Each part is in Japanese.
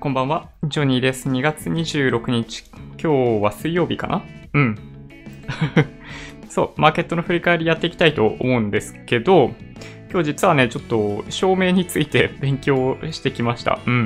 こんばんは。ジョニーです。2月26日。今日は水曜日かな？うん。そう、マーケットの振り返りやっていきたいと思うんですけど、今日実はね、ちょっと照明について勉強してきました。うん。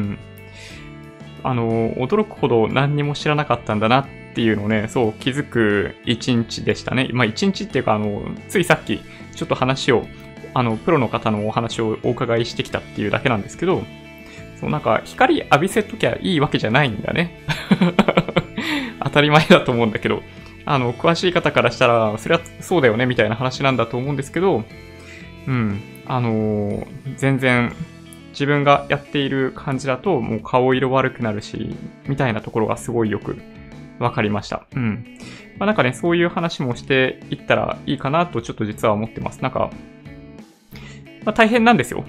驚くほど何にも知らなかったんだなっていうのをね、そう気づく一日でしたね。まあ一日っていうか、ついさっきちょっと話を、プロの方のお話をお伺いしてきたっていうだけなんですけど、そうなんか光浴びせときゃいいわけじゃないんだね。当たり前だと思うんだけど、詳しい方からしたら、それはそうだよねみたいな話なんだと思うんですけど、うん、全然自分がやっている感じだともう顔色悪くなるし、みたいなところがすごいよくわかりました。うん。まあなんかね、そういう話もしていったらいいかなとちょっと実は思ってます。なんか、まあ大変なんですよ。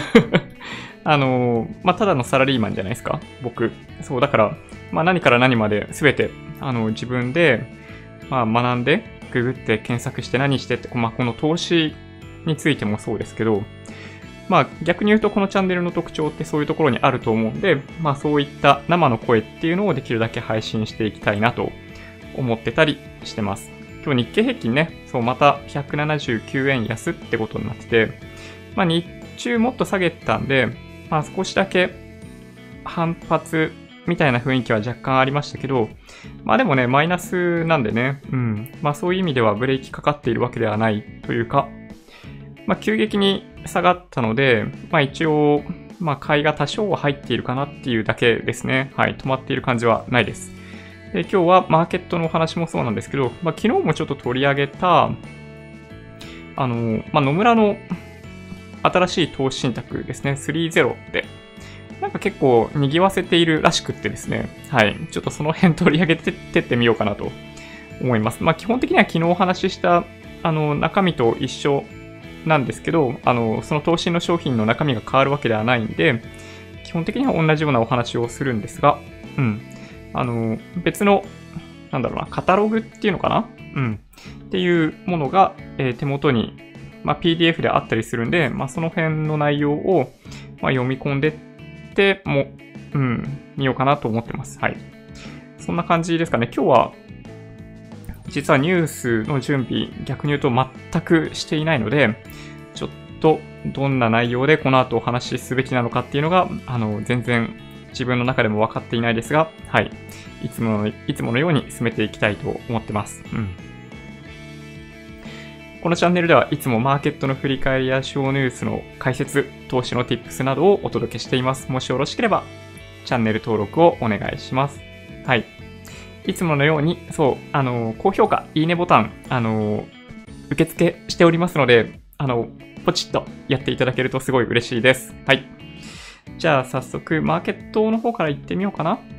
まあ、ただのサラリーマンじゃないですか、僕。そう、だから、まあ、何から何まで全て、自分で、まあ、学んで、ググって検索して何してって、まあ、この投資についてもそうですけど、まあ、逆に言うとこのチャンネルの特徴ってそういうところにあると思うんで、まあ、そういった生の声っていうのをできるだけ配信していきたいなと思ってたりしてます。今日日経平均ね、そう、また179円安ってことになってて、まあ、日中もっと下げたんで、まあ少しだけ反発みたいな雰囲気は若干ありましたけど、まあでもね、マイナスなんでね、うん。まあそういう意味ではブレーキかかっているわけではないというか、まあ急激に下がったので、まあ一応、まあ買いが多少は入っているかなっていうだけですね。はい。止まっている感じはないです。で、今日はマーケットのお話もそうなんですけど、まあ昨日もちょっと取り上げた、まあ野村の新しい投資信託ですね、30で、なんか結構賑わせているらしくってですね、はい、ちょっとその辺取り上げてってみようかなと思います。まあ基本的には昨日お話しした中身と一緒なんですけど、その投資の商品の中身が変わるわけではないんで、基本的には同じようなお話をするんですが、うん、別の、なんだろうな、カタログっていうのかな、うん、っていうものが、手元にまあ、PDF であったりするんで、まあ、その辺の内容を、まあ、読み込んでっても、見ようかなと思ってます。はい。そんな感じですかね。今日は、実はニュースの準備、逆に言うと全くしていないので、ちょっとどんな内容でこの後お話しすべきなのかっていうのが、全然自分の中でも分かっていないですが、はい。いつものように進めていきたいと思ってます。うん。このチャンネルではいつもマーケットの振り返りや小ニュースの解説、投資の Tips などをお届けしています。もしよろしければチャンネル登録をお願いします。はい。いつものように、そう、高評価、いいねボタン、受付しておりますので、ポチッとやっていただけるとすごい嬉しいです。はい。じゃあ早速、マーケットの方から行ってみようかな。うん。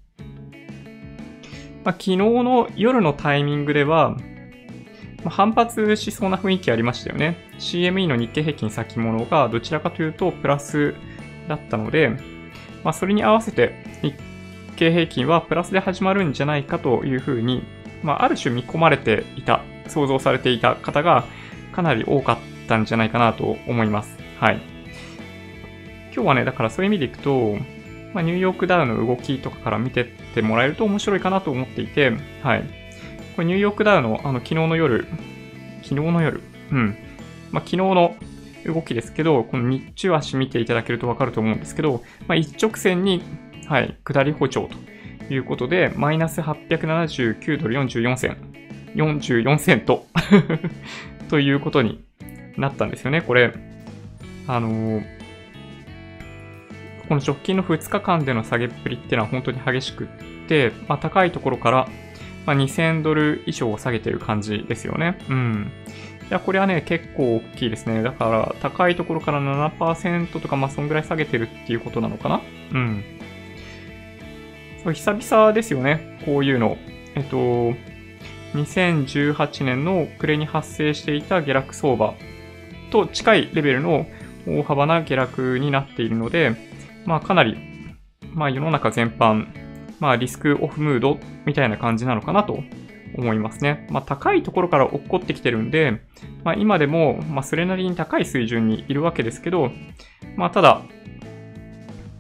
まあ、昨日の夜のタイミングでは、反発しそうな雰囲気ありましたよね。CME の日経平均先物がどちらかというとプラスだったので、まあ、それに合わせて日経平均はプラスで始まるんじゃないかというふうに、まあ、ある種見込まれていた、想像されていた方がかなり多かったんじゃないかなと思います。はい。今日はね、だからそういう意味でいくと、まあ、ニューヨークダウの動きとかから見てってもらえると面白いかなと思っていて、はい。これニューヨークダウの昨日の夜、うん。まあ、昨日の動きですけど、この日中足見ていただけるとわかると思うんですけど、まあ、一直線に、はい、下り歩調ということで、マイナス879ドル44銭、44セントということになったんですよね。これ、この直近の2日間での下げっぷりっていうのは本当に激しくって、まあ、高いところからまあ、2000ドル以上を下げてる感じですよね。うん。いや、これはね、結構大きいですね。だから、高いところから 7% とか、まあ、そんぐらい下げてるっていうことなのかな。うん。そう、久々ですよね。こういうの。2018年の暮れに発生していた下落相場と近いレベルの大幅な下落になっているので、まあ、かなり、まあ、世の中全般、まあ、リスクオフムードみたいな感じなのかなと思いますね。まあ、高いところから落っこってきてるんで、まあ、今でも、まあ、それなりに高い水準にいるわけですけど、まあ、ただ、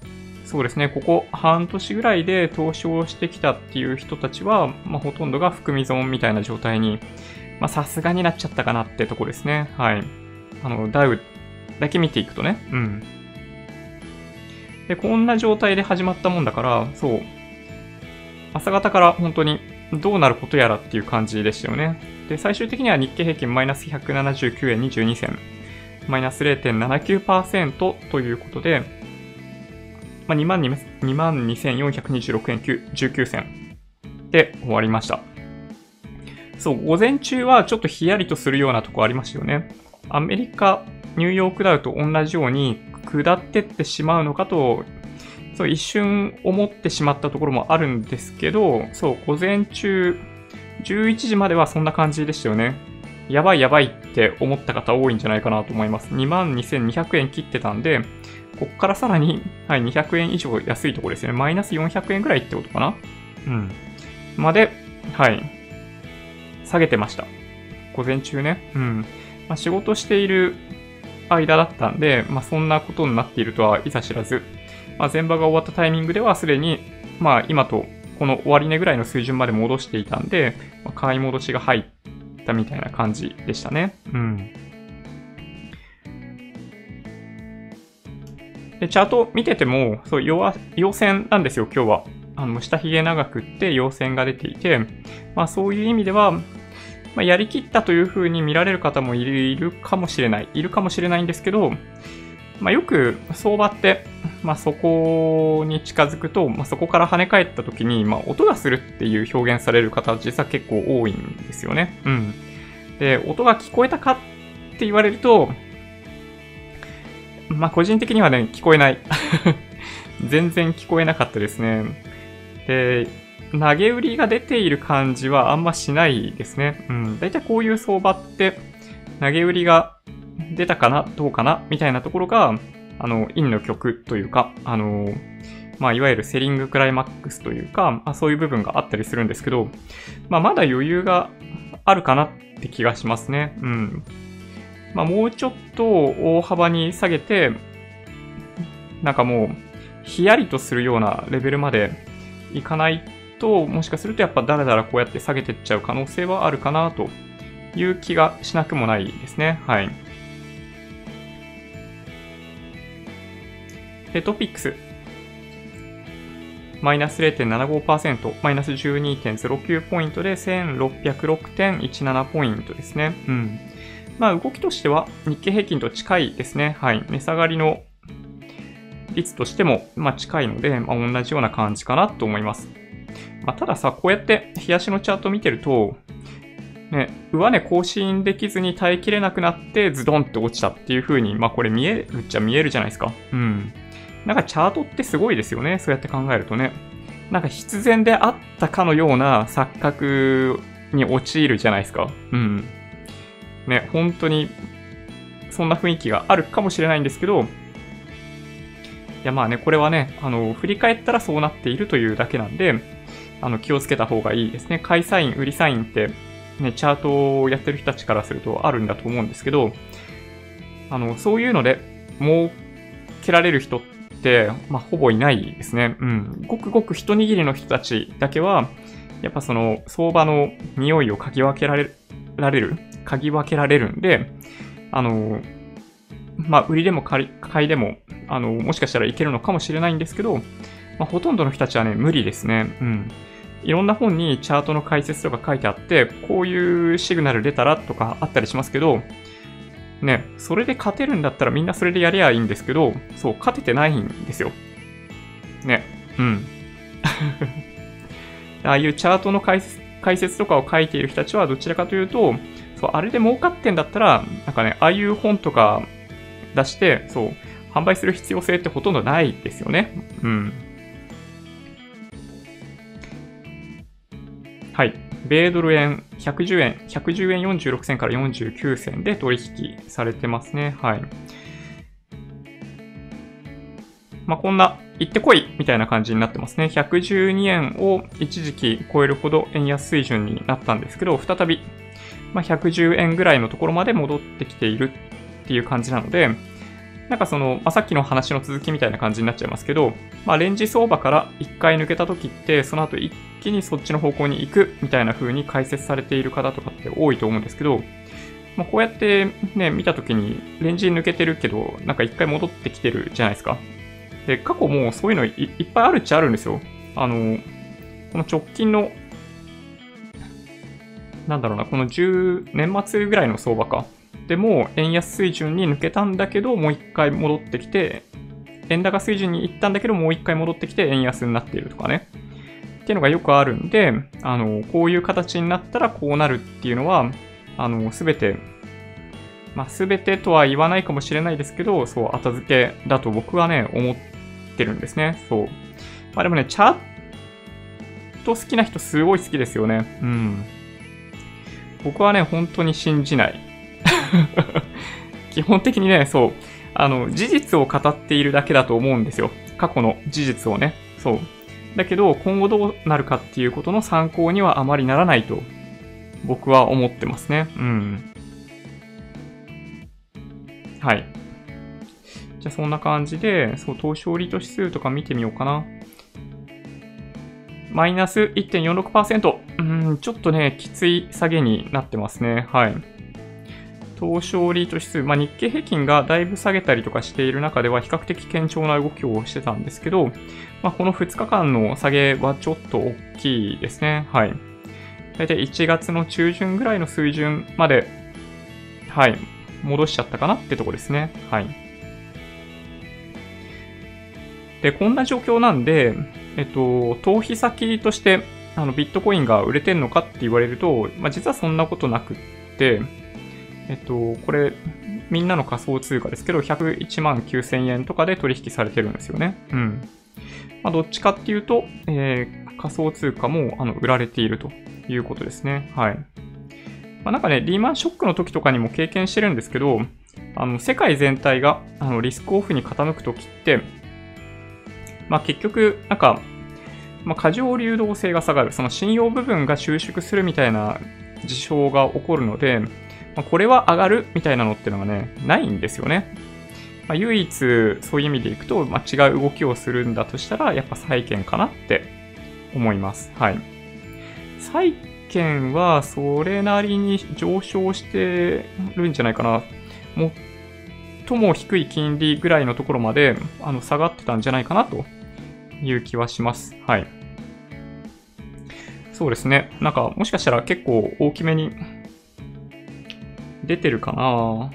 そうですね、ここ半年ぐらいで投資をしてきたっていう人たちは、ほとんどが含み損みたいな状態に、さすがになっちゃったかなってとこですね。はい。ダウだけ見ていくとね。うん。で、こんな状態で始まったもんだから、そう。朝方から本当にどうなることやらっていう感じでしたよね。で、最終的には日経平均マイナス179円22銭、マイナス 0.79% ということで、22,426円19銭で終わりました。そう、午前中はちょっとヒヤリとするようなとこありましたよね。アメリカ、ニューヨークダウと同じように下ってってしまうのかと、そう一瞬思ってしまったところもあるんですけど、そう、午前中、11時まではそんな感じでしたよね。やばいやばいって思った方多いんじゃないかなと思います。22,200円切ってたんで、こっからさらに、はい、200円以上安いところですね。マイナス400円ぐらいってことかな。うん。まで、はい、下げてました。午前中ね。うん。仕事している間だったんで、そんなことになっているとはいざ知らず、前場が終わったタイミングではすでに、今とこの終値ぐらいの水準まで戻していたんで、買い戻しが入ったみたいな感じでしたね。うん。で、チャート見てても、そう、陽線なんですよ、今日は。下髭長くって陽線が出ていて、そういう意味では、やりきったという風に見られる方もいるかもしれない。いるかもしれないんですけど、よく相場って、そこに近づくと、そこから跳ね返った時に、音がするっていう表現される方は実は結構多いんですよね。うん。で、音が聞こえたかって言われると、個人的にはね、聞こえない。全然聞こえなかったですね。で、投げ売りが出ている感じはあんましないですね。うん。だいたいこういう相場って、投げ売りが出たかなどうかなみたいなところが、陰の極というか、いわゆるセリングクライマックスというか、そういう部分があったりするんですけど、まだ余裕があるかなって気がしますね。うん。もうちょっと大幅に下げて、なんかもう、ヒヤリとするようなレベルまでいかないと、もしかするとやっぱだらだらこうやって下げていっちゃう可能性はあるかなという気がしなくもないですね。はい。で、トピックス。マイナス 0.75%、マイナス 12.09 ポイントで 1606.17 ポイントですね。うん。動きとしては日経平均と近いですね。はい。値下がりの率としても、近いので、同じような感じかなと思います。たださ、こうやって日足のチャート見てると、ね、上値更新できずに耐えきれなくなってズドンって落ちたっていう風に、これ見えるっちゃ見えるじゃないですか。うん。なんかチャートってすごいですよね。そうやって考えるとね。なんか必然であったかのような錯覚に陥るじゃないですか。うん。ね、本当にそんな雰囲気があるかもしれないんですけど、いやこれはね、振り返ったらそうなっているというだけなんで、気をつけた方がいいですね。買いサイン、売りサインって、ね、チャートをやってる人たちからするとあるんだと思うんですけど、そういうので儲けられる人って、ほぼいないですね。うん。ごくごく一握りの人たちだけは、やっぱその相場の匂いを嗅ぎ分けられるんで、売りでも買いでも、もしかしたらいけるのかもしれないんですけど、ほとんどの人たちはね、無理ですね。うん。いろんな本にチャートの解説とか書いてあって、こういうシグナル出たらとかあったりしますけど、ね、それで勝てるんだったらみんなそれでやりゃいいんですけど、そう、勝ててないんですよ。ね、うん。ああいうチャートの解説とかを書いている人たちはどちらかというと、そう、あれで儲かってんだったら、なんかね、ああいう本とか出して、そう、販売する必要性ってほとんどないですよね。うん。はい。米ドル円110円46銭から49銭で取引されてますね。はい。こんな、行ってこいみたいな感じになってますね。112円を一時期超えるほど円安水準になったんですけど、再び、110円ぐらいのところまで戻ってきているっていう感じなので、 なんかさっきの話の続きみたいな感じになっちゃいますけど、レンジ相場から1回抜けた時って、その後一気にそっちの方向に行くみたいな風に解説されている方とかって多いと思うんですけど、こうやってね、見た時にレンジ抜けてるけど、なんか1回戻ってきてるじゃないですか。で、過去もうそういうの いっぱいあるっちゃあるんですよ。この直近の、なんだろうな、この年末ぐらいの相場か。でも、円安水準に抜けたんだけど、もう一回戻ってきて、円高水準に行ったんだけど、もう一回戻ってきて円安になっているとかね。っていうのがよくあるんで、こういう形になったらこうなるっていうのは、すべて、すべてとは言わないかもしれないですけど、そう、後付けだと僕はね、思ってるんですね。そう。でもね、チャート好きな人すごい好きですよね。うん。僕はね、本当に信じない。基本的にね、そう、事実を語っているだけだと思うんですよ。過去の事実をね。そう。だけど、今後どうなるかっていうことの参考にはあまりならないと、僕は思ってますね。うん。はい。じゃあ、そんな感じで、そう、東証リート指数とか見てみようかな。マイナス 1.46%。ちょっとね、きつい下げになってますね。はい。東証リート指数、日経平均がだいぶ下げたりとかしている中では比較的堅調な動きをしてたんですけど、この2日間の下げはちょっと大きいですね。はい。だいたい1月の中旬ぐらいの水準まで、はい、戻しちゃったかなってとこですね。はい。で、こんな状況なんで、逃避先としてビットコインが売れてんのかって言われると、実はそんなことなくって、これ、みんなの仮想通貨ですけど、101万9000円とかで取引されてるんですよね。うん。どっちかっていうと、仮想通貨も売られているということですね。はい。なんかね、リーマンショックの時とかにも経験してるんですけど、世界全体がリスクオフに傾く時って、結局、なんか、過剰流動性が下がる、その信用部分が収縮するみたいな事象が起こるので、これは上がるみたいなのってのがね、ないんですよね。唯一そういう意味でいくと、違う動きをするんだとしたら、やっぱ債券かなって思います。はい。債券はそれなりに上昇してるんじゃないかな。最も低い金利ぐらいのところまで下がってたんじゃないかなという気はします。はい。そうですね。なんかもしかしたら結構大きめに出てるかな。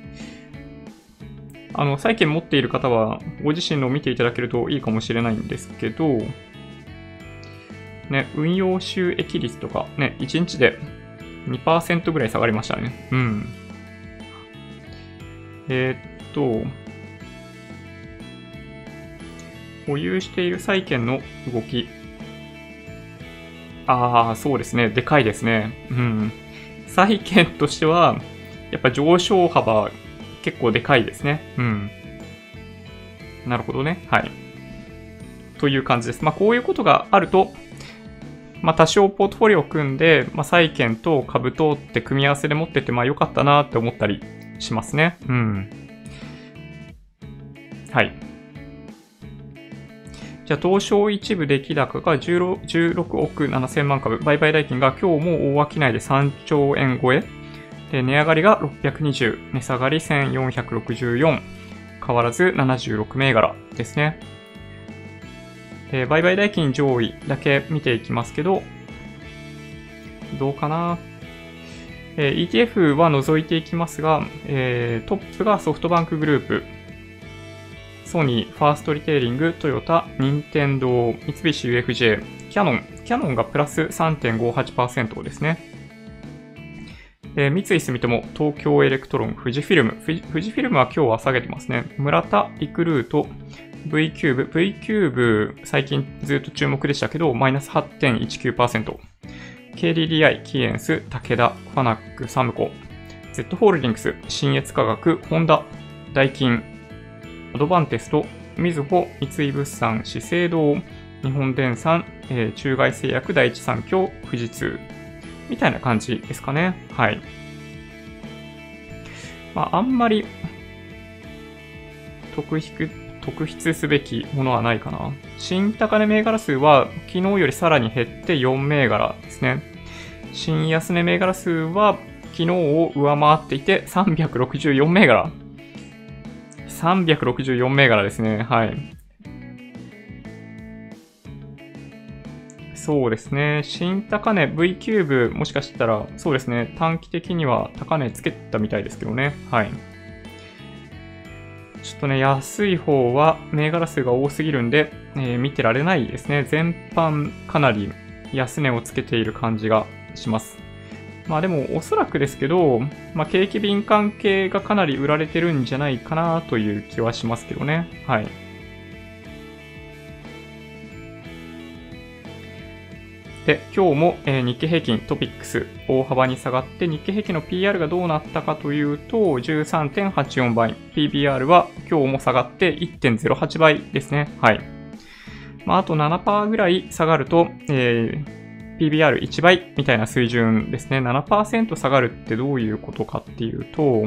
債券持っている方はご自身のを見ていただけるといいかもしれないんですけど、ね、運用収益率とかね、1日で 2% ぐらい下がりましたね。うん。保有している債券の動き。そうですね。でかいですね。うん。債券としては、やっぱ上昇幅結構でかいですね。うん。なるほどね。はい。という感じです。こういうことがあると、多少ポートフォリオを組んで、債券と株とって組み合わせで持ってて、良かったなって思ったりしますね。うん。はい。じゃあ、東証一部出来高が16億7000万株、売買代金が今日も大商いで3兆円超え。で、値上がりが620、値下がり1464、変わらず76銘柄ですね。売買代金上位だけ見ていきますけど、どうかな。ETF は除いていきますが、トップがソフトバンクグループ、ソニー、ファーストリテイリング、トヨタ、任天堂、三菱 UFJ、キヤノンがプラス 3.58% ですね。三井住友、東京エレクトロン、富士フィルム。富士フィルムは今日は下げてますね。村田、リクルート、V キューブ、最近ずっと注目でしたけど、マイナス 8.19%。KDDI、キーエンス、武田、ファナック、サムコ、Z ホールディングス、信越科学、ホンダ、ダイキン、アドバンテスト、みずほ、三井物産、資生堂、日本電産、中外製薬、第一三共、富士通。みたいな感じですかね。はい。あんまり、 特筆すべきものはないかな。新高値銘柄数は昨日よりさらに減って4銘柄ですね。新安値銘柄数は昨日を上回っていて364銘柄。364銘柄ですね。はい。そうですね。新高値 V キューブもしかしたらそうですね。短期的には高値つけたみたいですけどね。はい。ちょっとね、安い方は銘柄数が多すぎるんで、見てられないですね。全般かなり安値をつけている感じがします。まあでもおそらくですけど、まあ景気敏感系がかなり売られてるんじゃないかなという気はしますけどね。はい。で、今日も、日経平均トピックス大幅に下がって、日経平均の PR がどうなったかというと、13.84 倍。PBR は今日も下がって 1.08 倍ですね。はい。まあ、あと 7% ぐらい下がると、PBR1 倍みたいな水準ですね。7% 下がるってどういうことかっていうと、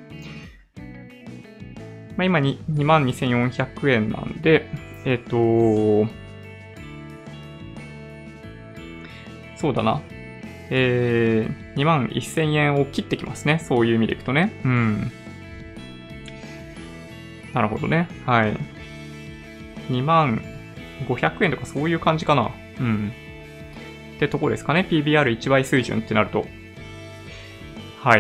まあ、今に 22,400 円なんで、そうだな。21,000 円を切ってきますね。そういう意味でいくとね。うん。なるほどね。はい。25,000 円とかそういう感じかな。うん。ってとこですかね。PBR1 倍水準ってなると。はい。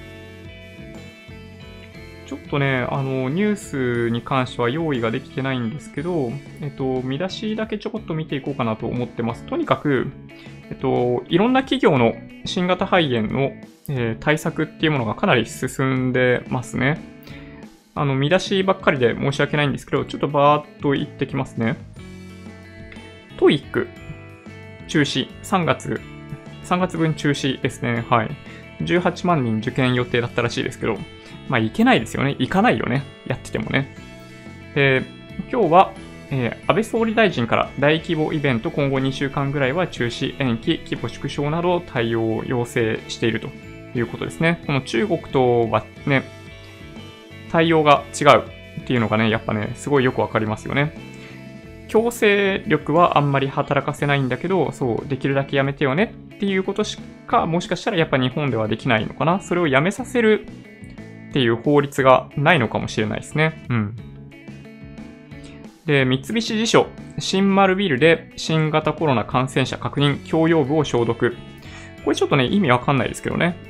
ちょっとね、ニュースに関しては用意ができてないんですけど、見出しだけちょこっと見ていこうかなと思ってます。とにかく、いろんな企業の新型肺炎の、対策っていうものがかなり進んでますね。見出しばっかりで申し訳ないんですけど、ちょっとバーっと言ってきますね。トイック中止、3月分中止ですね。はい。18万人受験予定だったらしいですけど、まあ、行けないですよね。行かないよね。やっててもね。で、今日は、安倍総理大臣から大規模イベント今後2週間ぐらいは中止、延期、規模縮小など対応を要請しているということですね。この中国とはね、対応が違うっていうのがね、やっぱね、すごいよくわかりますよね。強制力はあんまり働かせないんだけど、そう、できるだけやめてよねっていうことしか、もしかしたらやっぱ日本ではできないのかな。それをやめさせるっていう法律がないのかもしれないですね。うん。で、三菱地所、新丸ビルで新型コロナ感染者確認、共用部を消毒。これちょっとね、意味わかんないですけどね。うん。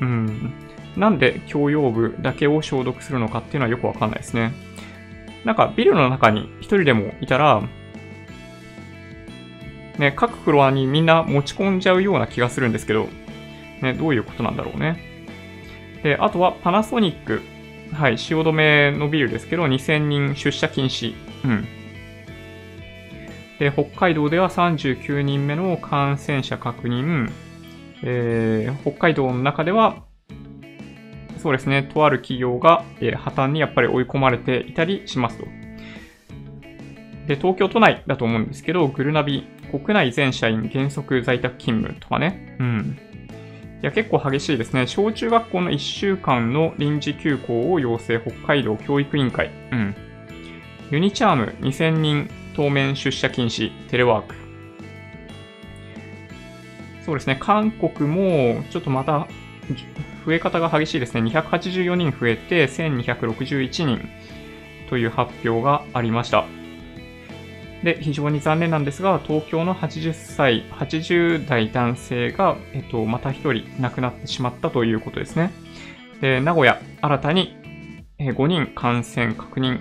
なんで共用部だけを消毒するのかっていうのはよくわかんないですね。なんかビルの中に一人でもいたら、ね、各フロアにみんな持ち込んじゃうような気がするんですけど、ね、どういうことなんだろうね。で、あとはパナソニック。はい、汐留のビルですけど、2000人出社禁止。うん。で、北海道では39人目の感染者確認。北海道の中では、そうですね、とある企業が、破綻にやっぱり追い込まれていたりしますと。で、東京都内だと思うんですけど、グルナビ、国内全社員原則在宅勤務とかね。うん。いや、結構激しいですね。小中学校の1週間の臨時休校を要請、北海道教育委員会。うん。ユニチャーム2000人当面出社禁止、テレワーク。そうですね、韓国もちょっとまた増え方が激しいですね。284人増えて1261人という発表がありました。で、非常に残念なんですが、東京の80代男性が、また一人亡くなってしまったということですね。で、名古屋、新たに5人感染確認。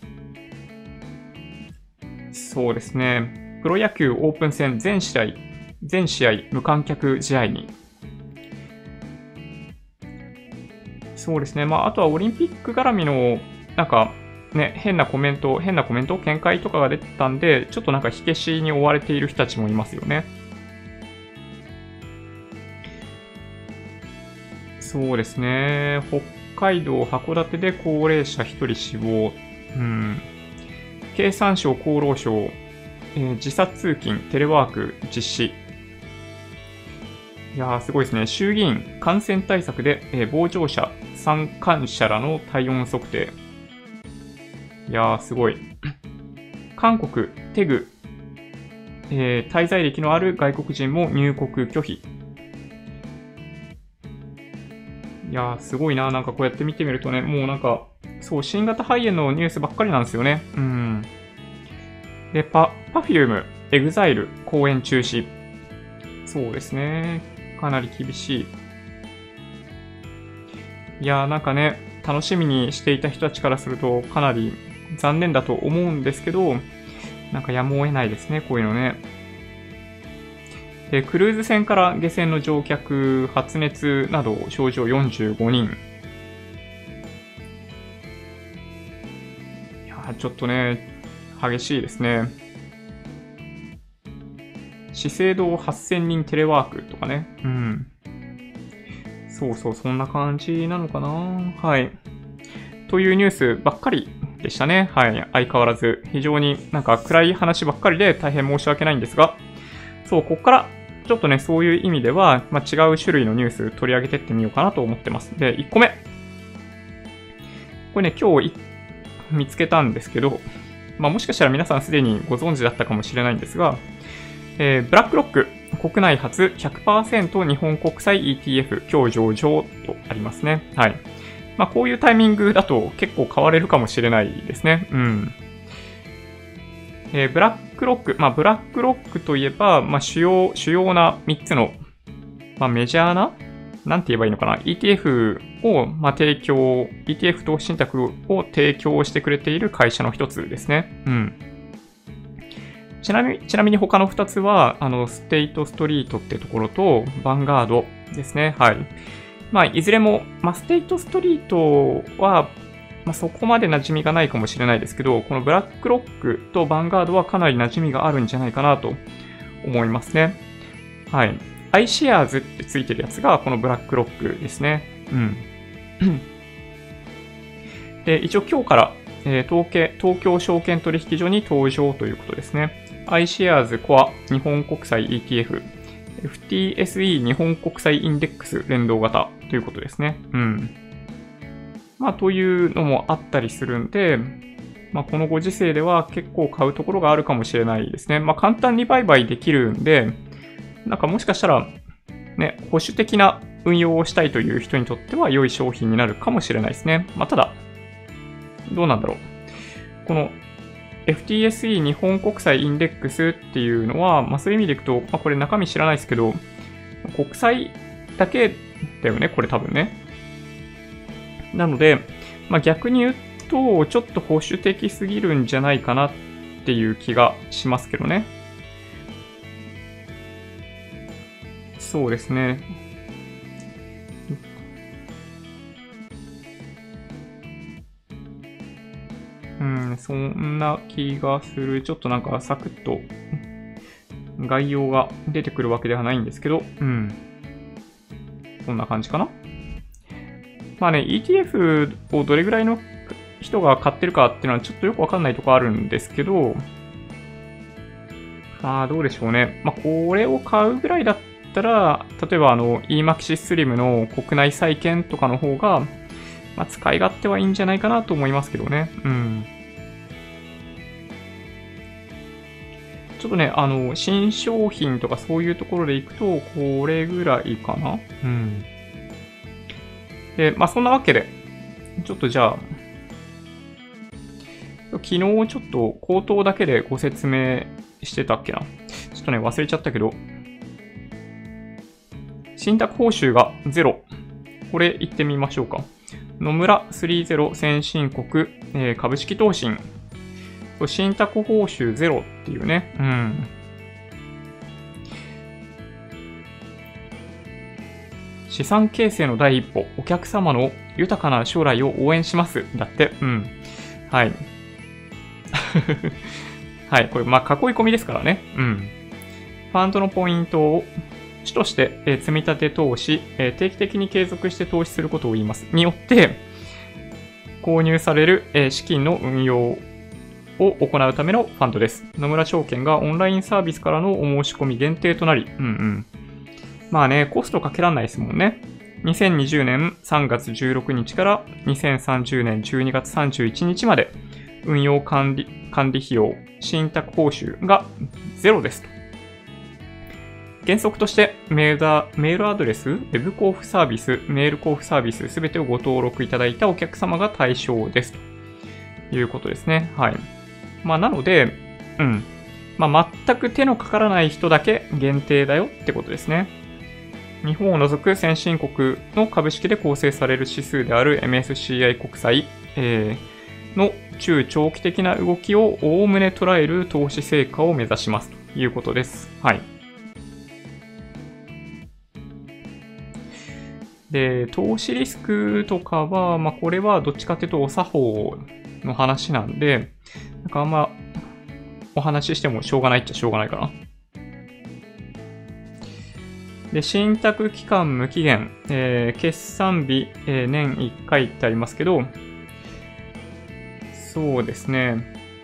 そうですね。プロ野球オープン戦全試合無観客試合に。そうですね。まあ、あとはオリンピック絡みの、なんか、ね、変なコメント、見解とかが出てたんで、ちょっとなんか火消しに追われている人たちもいますよね。そうですね。北海道函館で高齢者1人死亡。うん。経産省、厚労省、時差通勤、テレワーク実施。いやー、すごいですね。衆議院感染対策で、傍聴者、参観者らの体温測定。 いやー、すごい。韓国、テグ、滞在歴のある外国人も入国拒否。いやー、すごいな。なんかこうやって見てみるとね、もうなんか、そう、新型肺炎のニュースばっかりなんですよね。うん。で、パフューム、エグザイル、公演中止。そうですね。かなり厳しい。いやー、なんかね、楽しみにしていた人たちからすると、かなり残念だと思うんですけど、なんかやむを得ないですね、こういうのね。で、クルーズ船から下船の乗客、発熱など症状45人。いやー、ちょっとね、激しいですね。資生堂8000人テレワークとかね。うん。そうそう、そんな感じなのかな。はい。というニュースばっかりでしたね。はい。相変わらず、非常になんか暗い話ばっかりで大変申し訳ないんですが、そう、ここからちょっとね、そういう意味では、違う種類のニュース取り上げてってみようかなと思ってます。で、1個目。これね、今日見つけたんですけど、もしかしたら皆さんすでにご存知だったかもしれないんですが、ブラックロック、国内初 100% 日本国債 ETF 今日上場とありますね。はい。こういうタイミングだと結構買われるかもしれないですね。うん。ブラックロック、ブラックロックといえば、主要な3つの、メジャーな、なんて言えばいいのかな、ETF を、ETF 投資信託を提供してくれている会社の一つですね。うん。ちなみに他の2つは、ステイトストリートってところと、ヴァンガードですね。はい。いずれも、ステイトストリートは、そこまで馴染みがないかもしれないですけど、このブラックロックとヴァンガードはかなり馴染みがあるんじゃないかなと思いますね。はい。iShares ってついてるやつが、このブラックロックですね。うん。で、一応今日から、東京証券取引所に登場ということですね。iShares コア日本国債 ETF、FTSE 日本国債インデックス連動型ということですね。うん。というのもあったりするんで、このご時世では結構買うところがあるかもしれないですね。簡単に売買できるんで、なんかもしかしたら、ね、保守的な運用をしたいという人にとっては良い商品になるかもしれないですね。ただ、どうなんだろう。この FTSE 日本国債インデックスっていうのは、そういう意味でいくと、これ中身知らないですけど、国債だけだよね、これ多分ね。なので、逆に言うと、ちょっと保守的すぎるんじゃないかなっていう気がしますけどね。そうですね。そんな気がする。ちょっとなんかサクッと概要が出てくるわけではないんですけど、そんな感じかな。ETF をどれぐらいの人が買ってるかっていうのはちょっとよくわかんないところあるんですけど、どうでしょうね。これを買うぐらいだったら、例えばeMaxi Slim の国内債券とかの方が、使い勝手はいいんじゃないかなと思いますけどね。ちょっとね、新商品とかそういうところでいくと、これぐらいかな。で、そんなわけで、ちょっとじゃあ、昨日ちょっと口頭だけでご説明してたっけな。ちょっとね、忘れちゃったけど、信託報酬が0。これ言ってみましょうか。野村30先進国、株式投信。信託報酬0っていうね。資産形成の第一歩、お客様の豊かな将来を応援します。だって。はい。はい。これ、囲い込みですからね。ファンドのポイントを主として、積み立て投資、定期的に継続して投資することを言います。によって、購入される、資金の運用を行うためのファンドです。野村証券がオンラインサービスからのお申し込み限定となり、コストかけらんないですもんね。2020年3月16日から2030年12月31日まで、 運用管理費用、信託報酬がゼロですと。原則としてメールアドレス、ウェブ交付サービス、メール交付サービス、すべてをご登録いただいたお客様が対象ですということですね。はい。なので、全く手のかからない人だけ限定だよってことですね。日本を除く先進国の株式で構成される指数である MSCI 国債、の中長期的な動きをおおむね捉える投資成果を目指しますということです。はい。で、投資リスクとかは、これはどっちかというとお作法の話なんで、あんまお話ししてもしょうがないっちゃしょうがないかな。で、信託期間無期限、決算日、年1回ってありますけど、そうですね。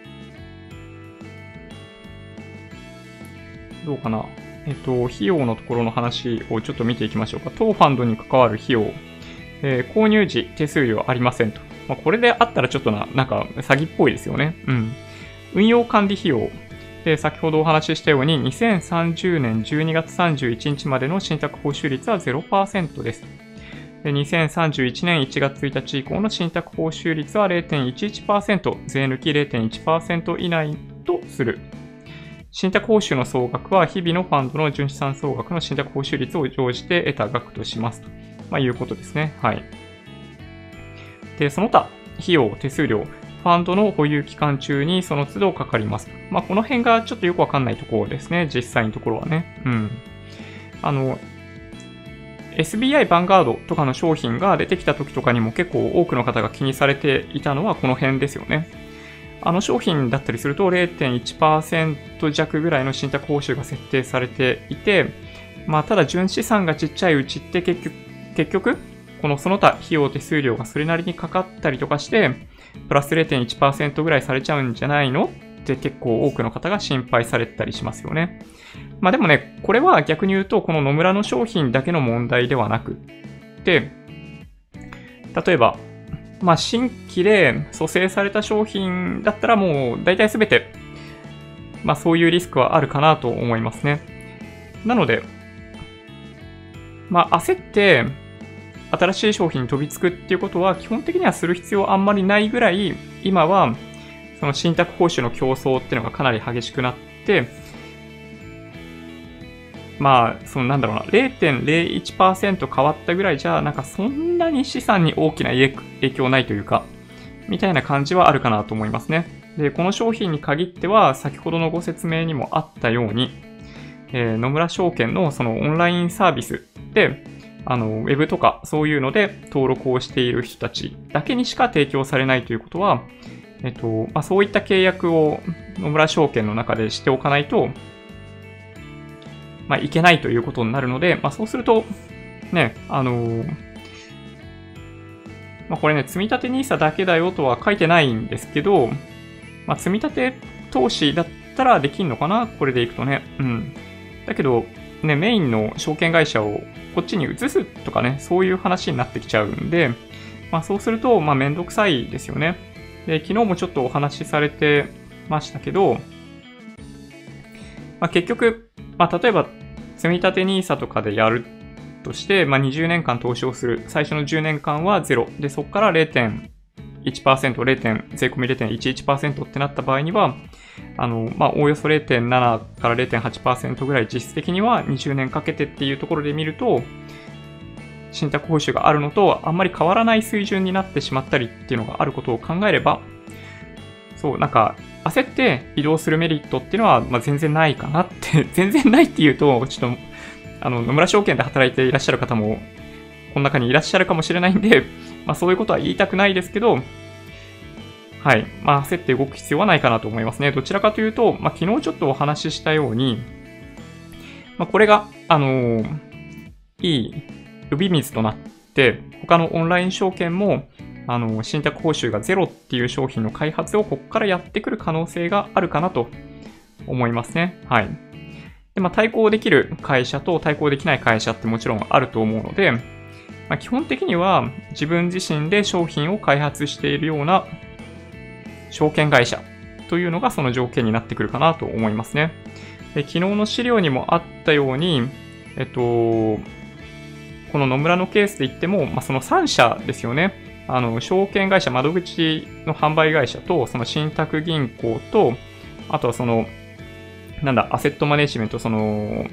どうかな。費用のところの話をちょっと見ていきましょうか。当ファンドに関わる費用、購入時手数料ありませんと。これであったらちょっとなんか詐欺っぽいですよね。運用管理費用。で、先ほどお話ししたように、2030年12月31日までの信託報酬率は 0% です。で、2031年1月1日以降の信託報酬率は 0.11%、税抜き 0.1% 以内とする。信託報酬の総額は日々のファンドの純資産総額の信託報酬率を乗じて得た額としますと、いうことですね。はい。で、その他、費用、手数料、ファンドの保有期間中にその都度かかります。この辺がちょっとよくわかんないところですね。実際のところはね。SBI ヴァンガードとかの商品が出てきた時とかにも結構多くの方が気にされていたのはこの辺ですよね。商品だったりすると 0.1% 弱ぐらいの信託報酬が設定されていて、ただ純資産がちっちゃいうちって結局、その他費用手数料がそれなりにかかったりとかして、プラス 0.1% ぐらいされちゃうんじゃないのって結構多くの方が心配されたりしますよね。でもね、これは逆に言うと、この野村の商品だけの問題ではなくって、例えば、新規で蘇生された商品だったらもう大体すべて、そういうリスクはあるかなと思いますね。なので、焦って新しい商品に飛びつくっていうことは基本的にはする必要あんまりないぐらい、今はその信託報酬の競争っていうのがかなり激しくなって、0.01% 変わったぐらいじゃ、そんなに資産に大きな影響ないというか、みたいな感じはあるかなと思いますね。で、この商品に限っては、先ほどのご説明にもあったように、野村証券のそのオンラインサービスで、ウェブとかそういうので登録をしている人たちだけにしか提供されないということは、そういった契約を野村証券の中でしておかないと、いけないということになるので、そうすると、ね、これね、積立 NISA だけだよとは書いてないんですけど、積立投資だったらできんのかな、これでいくとね。だけど、ね、メインの証券会社をこっちに移すとかね、そういう話になってきちゃうんで、そうすると、めんどくさいですよね。で、昨日もちょっとお話しされてましたけど、結局、例えば、積立 NISA とかでやるとして、20年間投資をする。最初の10年間は0。で、そこから 0.1%、税込み 0.11% ってなった場合には、おおよそ 0.7 から 0.8% ぐらい実質的には20年かけてっていうところで見ると、信託報酬があるのとあんまり変わらない水準になってしまったりっていうのがあることを考えれば、そう、焦って移動するメリットっていうのは、全然ないかなって、全然ないっていうと、ちょっと、野村証券で働いていらっしゃる方も、この中にいらっしゃるかもしれないんで、そういうことは言いたくないですけど、はい。焦って動く必要はないかなと思いますね。どちらかというと、昨日ちょっとお話ししたように、これが、いい呼び水となって、他のオンライン証券も、信託報酬がゼロっていう商品の開発をここからやってくる可能性があるかなと思いますね。はい。で、対抗できる会社と対抗できない会社ってもちろんあると思うので、基本的には自分自身で商品を開発しているような証券会社というのがその条件になってくるかなと思いますね。で、昨日の資料にもあったように、この野村のケースで言っても、その3社ですよね。証券会社、窓口の販売会社と、その信託銀行と、あとはその、アセットマネジメント、その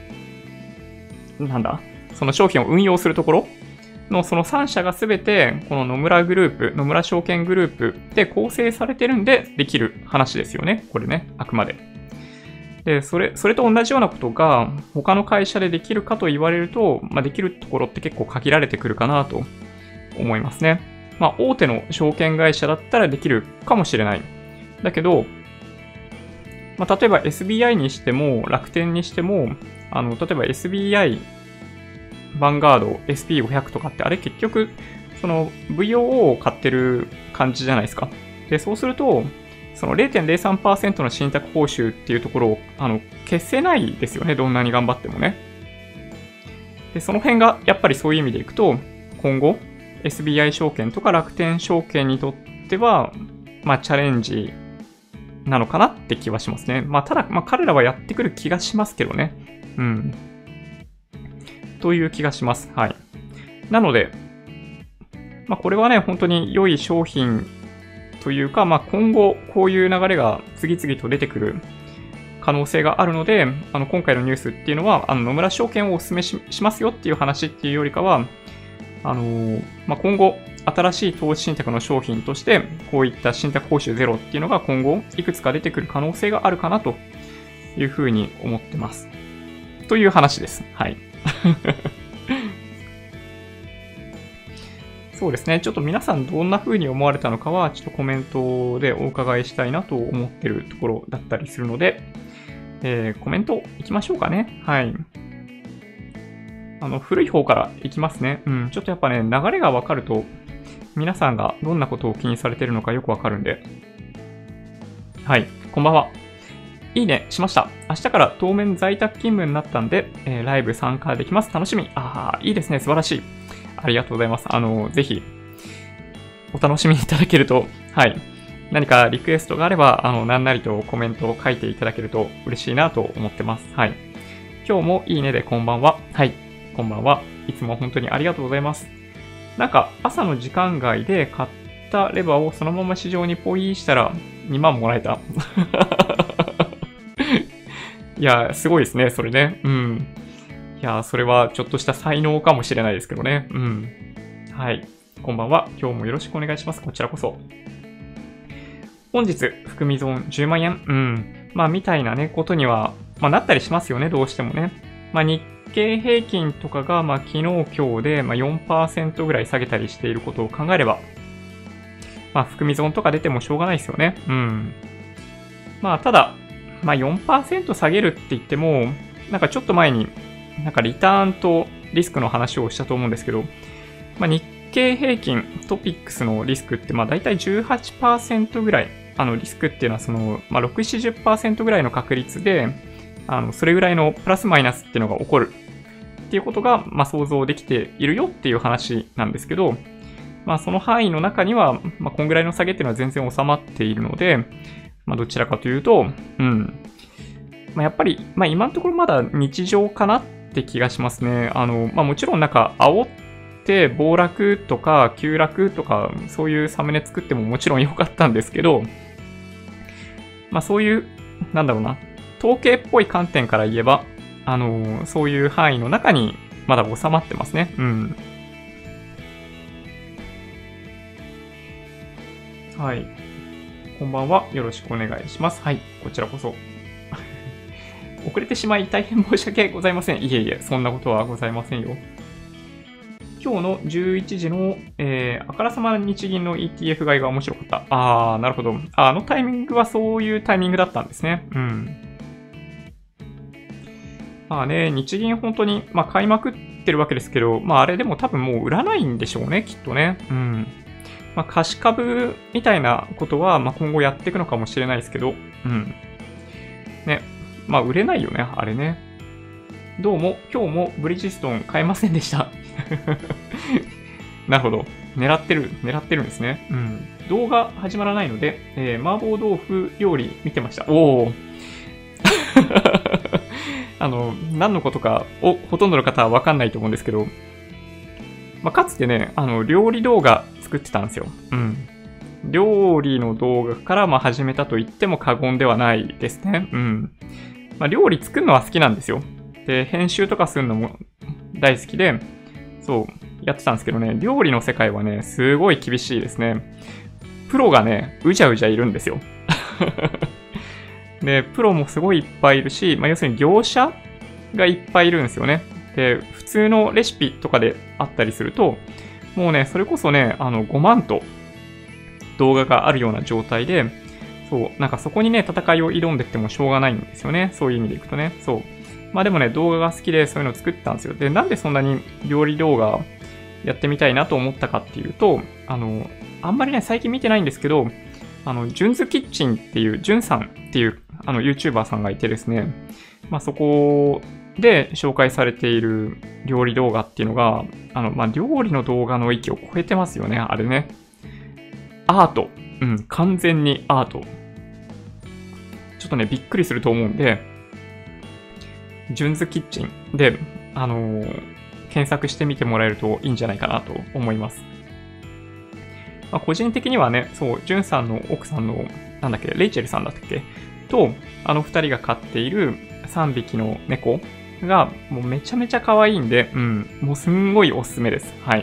商品を運用するところのその3社がすべて、この野村グループ、野村証券グループで構成されてるんでできる話ですよね。これね、あくまで。で、それと同じようなことが他の会社でできるかと言われると、できるところって結構限られてくるかなと思いますね。大手の証券会社だったらできるかもしれない。だけど、例えば SBI にしても楽天にしても、例えば SBI、ヴァンガード、SP500 とかってあれ結局、その VOO を買ってる感じじゃないですか。で、そうすると、その 0.03% の信託報酬っていうところを消せないですよね。どんなに頑張ってもね。で、その辺がやっぱりそういう意味でいくと、今後 SBI 証券とか楽天証券にとっては、チャレンジなのかなって気はしますね。ただ、彼らはやってくる気がしますけどね。うん。という気がします。はい。なので、これはね、本当に良い商品というか、今後こういう流れが次々と出てくる可能性があるので、今回のニュースっていうのは、野村証券をお勧めしますよっていう話っていうよりかは、今後、新しい投資信託の商品として、こういった信託報酬ゼロっていうのが今後、いくつか出てくる可能性があるかなというふうに思ってます。という話です。はい。そうですね。ちょっと皆さんどんな風に思われたのかは、ちょっとコメントでお伺いしたいなと思ってるところだったりするので、コメントいきましょうかね。はい。古い方からいきますね。ちょっとやっぱね、流れがわかると、皆さんがどんなことを気にされてるのかよくわかるんで。はい。こんばんは。いいね、しました。明日から当面在宅勤務になったんで、ライブ参加できます。楽しみ。いいですね。素晴らしい。ありがとうございます。ぜひ、お楽しみいただけると、はい。何かリクエストがあれば、なんなりとコメントを書いていただけると嬉しいなと思ってます。はい。今日もいいねでこんばんは。はい。こんばんは。いつも本当にありがとうございます。朝の時間外で買ったレバーをそのまま市場にポイしたら2万もらえた。いや、すごいですね、それね。いや、それはちょっとした才能かもしれないですけどね。はい。こんばんは。今日もよろしくお願いします。こちらこそ。本日、含み損10万円。みたいなね、ことには、なったりしますよね、どうしてもね。日経平均とかが、昨日、今日で、4% ぐらい下げたりしていることを考えれば、含み損とか出てもしょうがないですよね。ただ、4% 下げるって言っても、ちょっと前に、リターンとリスクの話をしたと思うんですけど、日経平均トピックスのリスクって、だいたい 18% ぐらい、リスクっていうのは、6、70% ぐらいの確率で、それぐらいのプラスマイナスっていうのが起こるっていうことが、想像できているよっていう話なんですけど、その範囲の中には、こんぐらいの下げっていうのは全然収まっているので、どちらかというと、やっぱり、今のところまだ日常かなって気がしますね。もちろん煽って暴落とか急落とか、そういうサムネ作ってももちろん良かったんですけど、そういう、統計っぽい観点から言えば、そういう範囲の中にまだ収まってますね。はい。こんばんは。よろしくお願いします。はい。こちらこそ。遅れてしまい大変申し訳ございません。いえいえ、そんなことはございませんよ。今日の11時の、あからさま日銀の ETF 買いが面白かった。なるほど。タイミングはそういうタイミングだったんですね。日銀本当に、買いまくってるわけですけど、あれでも多分もう売らないんでしょうね、きっとね。貸し株みたいなことは、今後やっていくのかもしれないですけど、ね。売れないよね、あれね。どうも、今日もブリヂストン買えませんでした。なるほど。 狙ってるんですね。うん。動画始まらないので、麻婆豆腐料理見てました。おー。何のことかほとんどの方はわかんないと思うんですけど、まあ、かつてね、料理動画作ってたんですよ。うん。料理の動画からまあ始めたと言っても過言ではないですね。うん。まあ、料理作るのは好きなんですよ。で、編集とかするのも大好きで、そう、やってたんですけどね、料理の世界はね、すごい厳しいですね。プロがね、うじゃうじゃいるんですよ。で、プロもすごいいっぱいいるし、まあ、要するに業者がいっぱいいるんですよね。で、普通のレシピとかであったりすると、もうね、それこそね、5万と動画があるような状態で、そう、なんかそこにね、戦いを挑んでってもしょうがないんですよね。そういう意味でいくとね。そう。まあでもね、動画が好きでそういうのを作ったんですよ。で、なんでそんなに料理動画やってみたいなと思ったかっていうと、あんまりね、最近見てないんですけど、ジュンズキッチンっていう、ジュンさんっていう、YouTuber さんがいてですね、まあそこで紹介されている料理動画っていうのが、まあ料理の動画の域を超えてますよね、あれね。アート。うん、完全にアート。ちょっとね、びっくりすると思うんで、ジュンズキッチンで、検索してみてもらえるといいんじゃないかなと思います。まあ、個人的にはね、そう、ジュンさんの奥さんの、なんだっけ、レイチェルさんだったっけと、二人が飼っている3匹の猫が、もうめちゃめちゃ可愛いんで、うん、もうすんごいおすすめです。はい。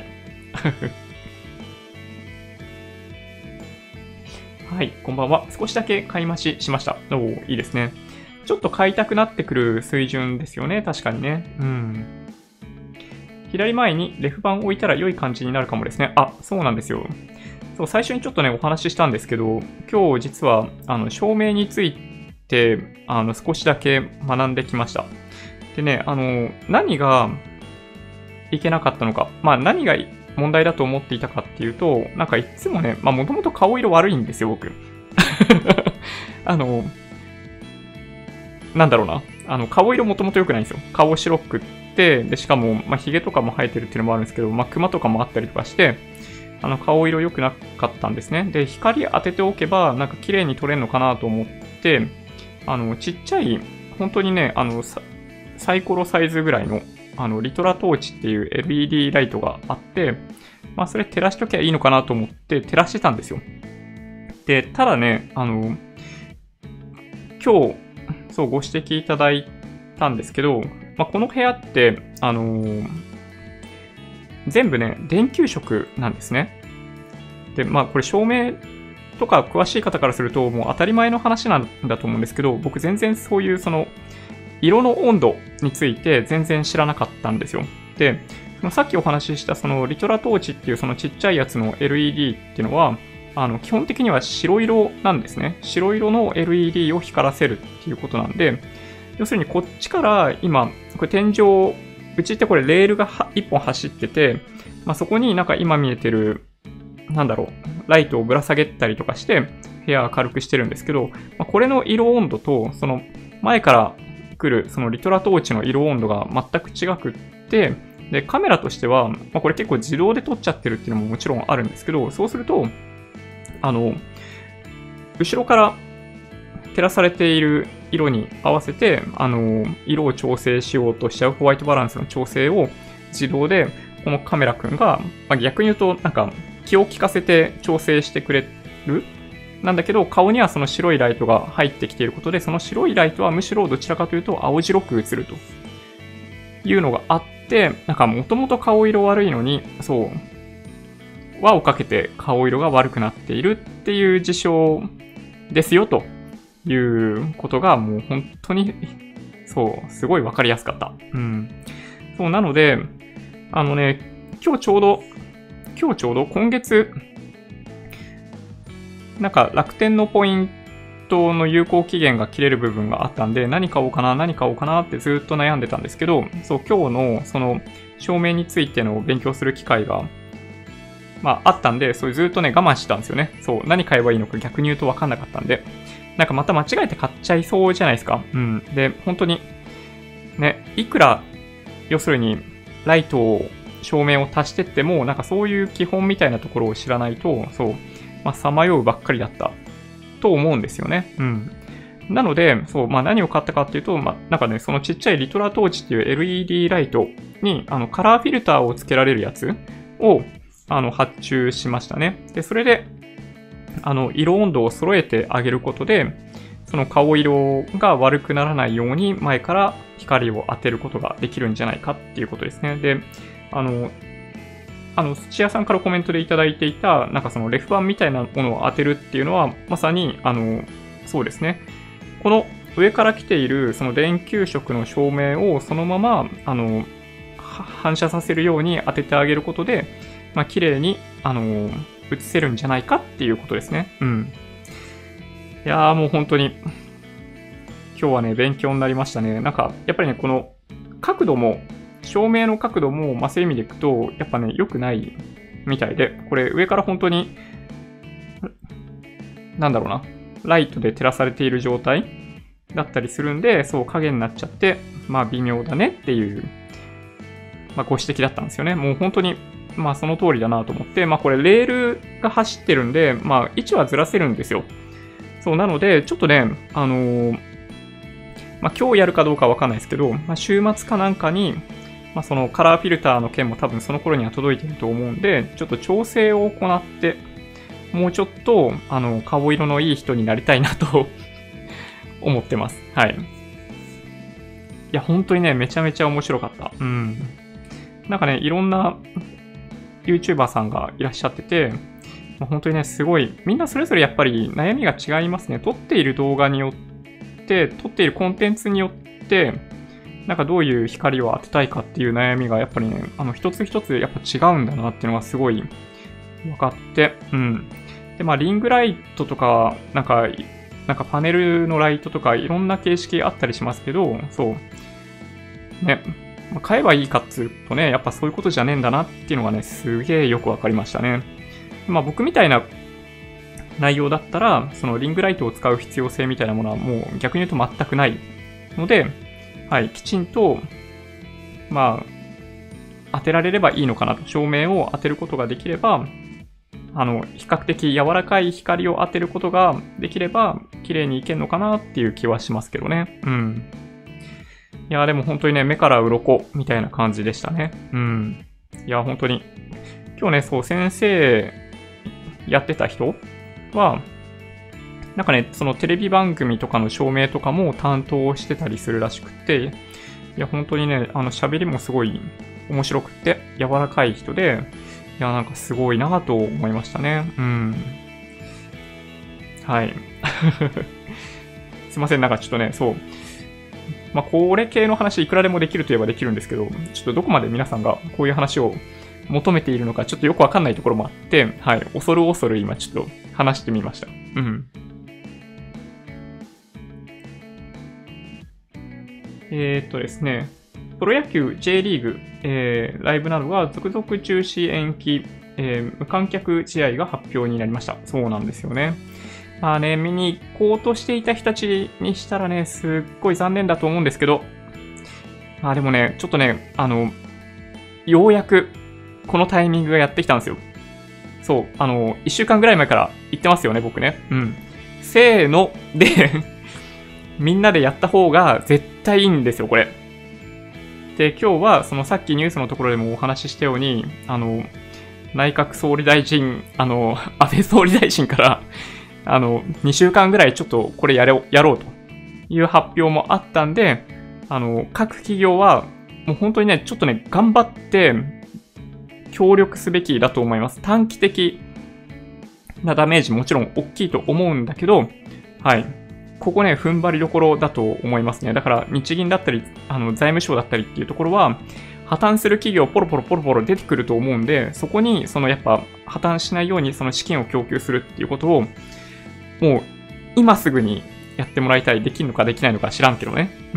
はい、こんばんは。少しだけ買い増ししました。おー、いいですね。ちょっと買いたくなってくる水準ですよね。確かにね。うん。左前にレフ板を置いたら良い感じになるかもですね。あ、そうなんですよ。そう、最初にちょっとね、お話ししたんですけど、今日実は、照明について、少しだけ学んできました。でね、何がいけなかったのか。まあ、何が問題だと思っていたかっていうと、なんかいつもね、まあもともと顔色悪いんですよ、僕。なんだろうな。顔色もともと良くないんですよ。顔白くって、で、しかも、まあ、髭とかも生えてるっていうのもあるんですけど、まあ、クマとかもあったりとかして、顔色良くなかったんですね。で、光当てておけば、なんか綺麗に撮れるのかなと思って、ちっちゃい、本当にね、サイコロサイズぐらいの、リトラトーチっていう LED ライトがあって、まあ、それ照らしときゃいいのかなと思って照らしてたんですよ。で、ただね、今日、そう、ご指摘いただいたんですけど、まあ、この部屋って、全部ね、電球色なんですね。で、まあ、これ照明とか詳しい方からすると、もう当たり前の話なんだと思うんですけど、僕全然そういう色の温度について全然知らなかったんですよ。で、さっきお話ししたそのリトラトーチっていうそのちっちゃいやつの LED っていうのは、基本的には白色なんですね。白色の LED を光らせるっていうことなんで、要するにこっちから今、これ天井、うちってこれレールが1本走ってて、まあ、そこになんか今見えてる、なんだろう、ライトをぶら下げたりとかして、部屋を明るくしてるんですけど、まあ、これの色温度と、その前から来るそのリトラトーチの色温度が全く違くって、で、カメラとしては、まあ、これ結構自動で撮っちゃってるっていうのももちろんあるんですけど、そうすると、後ろから照らされている色に合わせて、色を調整しようとしちゃうホワイトバランスの調整を自動で、このカメラくんが、まあ、逆に言うと、なんか気を利かせて調整してくれるなんだけど、顔にはその白いライトが入ってきていることで、その白いライトはむしろどちらかというと青白く映るというのがあって、なんかもともと顔色悪いのに、そう、輪をかけて顔色が悪くなっているっていう事象ですよということがもう本当に、そう、すごいわかりやすかった。うん。そう、なので、今日ちょうど今月、なんか楽天のポイントの有効期限が切れる部分があったんで、何買おうかなってずっと悩んでたんですけど、そう、今日のその照明についての勉強する機会が、まああったんで、そうずっとね、我慢してたんですよね。そう、何買えばいいのか逆に言うと分かんなかったんで、なんかまた間違えて買っちゃいそうじゃないですか。うん。で、本当に、ね、いくら、要するに、ライトを証明を足してっても、なんかそういう基本みたいなところを知らないと、そう、さまようばっかりだったと思うんですよね。うん。なので、そう、何を買ったかっていうと、なんかね、そのちっちゃいリトラトーチっていう LED ライトに、カラーフィルターをつけられるやつを、発注しましたね。で、それで、色温度を揃えてあげることで、その顔色が悪くならないように前から光を当てることができるんじゃないかっていうことですね。で、土屋さんからコメントでいただいていた、なんかそのレフ板みたいなものを当てるっていうのは、まさに、そうですね。この上から来ているその電球色の照明をそのまま、反射させるように当ててあげることで、綺麗に、映せるんじゃないかっていうことですね。うん。いやーもう本当に、今日はね、勉強になりましたね。なんか、やっぱりね、この角度も、照明の角度も、そういう意味でいくと、やっぱね、良くないみたいで、これ上から本当に、なんだろうな、ライトで照らされている状態だったりするんで、そう影になっちゃって、微妙だねっていう、ご指摘だったんですよね。もう本当に、その通りだなと思って、これレールが走ってるんで、位置はずらせるんですよ。そう、なので、ちょっとね、今日やるかどうかわかんないですけど、週末かなんかに、そのカラーフィルターの件も多分その頃には届いてると思うんで、ちょっと調整を行って、もうちょっと、顔色のいい人になりたいなと思ってます。はい。いや、本当にね、めちゃめちゃ面白かった。うん。なんかね、いろんな YouTuber さんがいらっしゃってて、本当にね、すごい、みんなそれぞれやっぱり悩みが違いますね。撮っている動画によって、撮っているコンテンツによって、なんかどういう光を当てたいかっていう悩みがやっぱりね、一つ一つやっぱ違うんだなっていうのがすごい分かって、うん。で、リングライトとか、なんかパネルのライトとかいろんな形式あったりしますけど、そう。ね、買えばいいかっつうとね、やっぱそういうことじゃねえんだなっていうのがね、すげえよく分かりましたね。僕みたいな内容だったら、そのリングライトを使う必要性みたいなものはもう逆に言うと全くないので、はい、きちんと、当てられればいいのかなと。照明を当てることができれば、比較的柔らかい光を当てることができれば、綺麗にいけんのかなっていう気はしますけどね。うん。いや、でも本当にね、目から鱗みたいな感じでしたね。うん。いや、本当に。今日ね、そう、先生やってた人は、なんかね、そのテレビ番組とかの照明とかも担当してたりするらしくて、いや、本当にね、喋りもすごい面白くて、柔らかい人で、いや、なんかすごいなと思いましたね。うん。はい。すいません、なんかちょっとね、そう。これ系の話いくらでもできるといえばできるんですけど、ちょっとどこまで皆さんがこういう話を求めているのかちょっとよくわかんないところもあって、はい、恐る恐る今ちょっと話してみました。うん。ですね、プロ野球 J リーグ、ライブなどが続々中止延期、無観客試合が発表になりました。そうなんですよね。見に行こうとしていた人たちにしたらね、すっごい残念だと思うんですけど、でもね、ちょっとね、ようやくこのタイミングがやってきたんですよ。そう、1週間ぐらい前から言ってますよね、僕ね。うん。せーのでみんなでやった方が絶対いいんですよ、これ。で、今日は、そのさっきニュースのところでもお話ししたように、内閣総理大臣、安倍総理大臣から2週間ぐらいちょっとこれやろうという発表もあったんで、各企業は、もう本当にね、ちょっとね、頑張って、協力すべきだと思います。短期的なダメージもちろん大きいと思うんだけど、はい。ここね、踏ん張りどころだと思いますね。だから、日銀だったり、財務省だったりっていうところは、破綻する企業ポロポロ出てくると思うんで、そこに、やっぱ、破綻しないように、その資金を供給するっていうことを、もう、今すぐにやってもらいたい。できるのかできないのか知らんけどね。うん。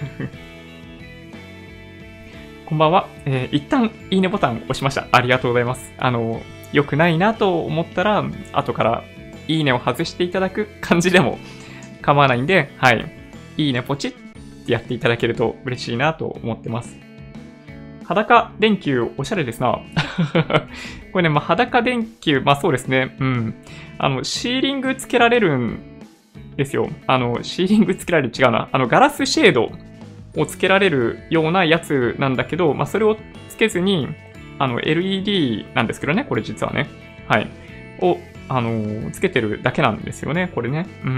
こんばんは。一旦、いいねボタンを押しました。ありがとうございます。良くないなと思ったら、後から、いいねを外していただく感じでも構わないんで、はい。いいねポチッってやっていただけると嬉しいなと思ってます。 裸電球、おしゃれですな。これね、まあ、裸電球、まあそうですね。うん。シーリングつけられるんですよ。シーリングつけられる、違うな。ガラスシェードをつけられるようなやつなんだけど、まあ、それをつけずに、LED なんですけどね、これ実はね。はい。を、つけてるだけなんですよね、これね。うん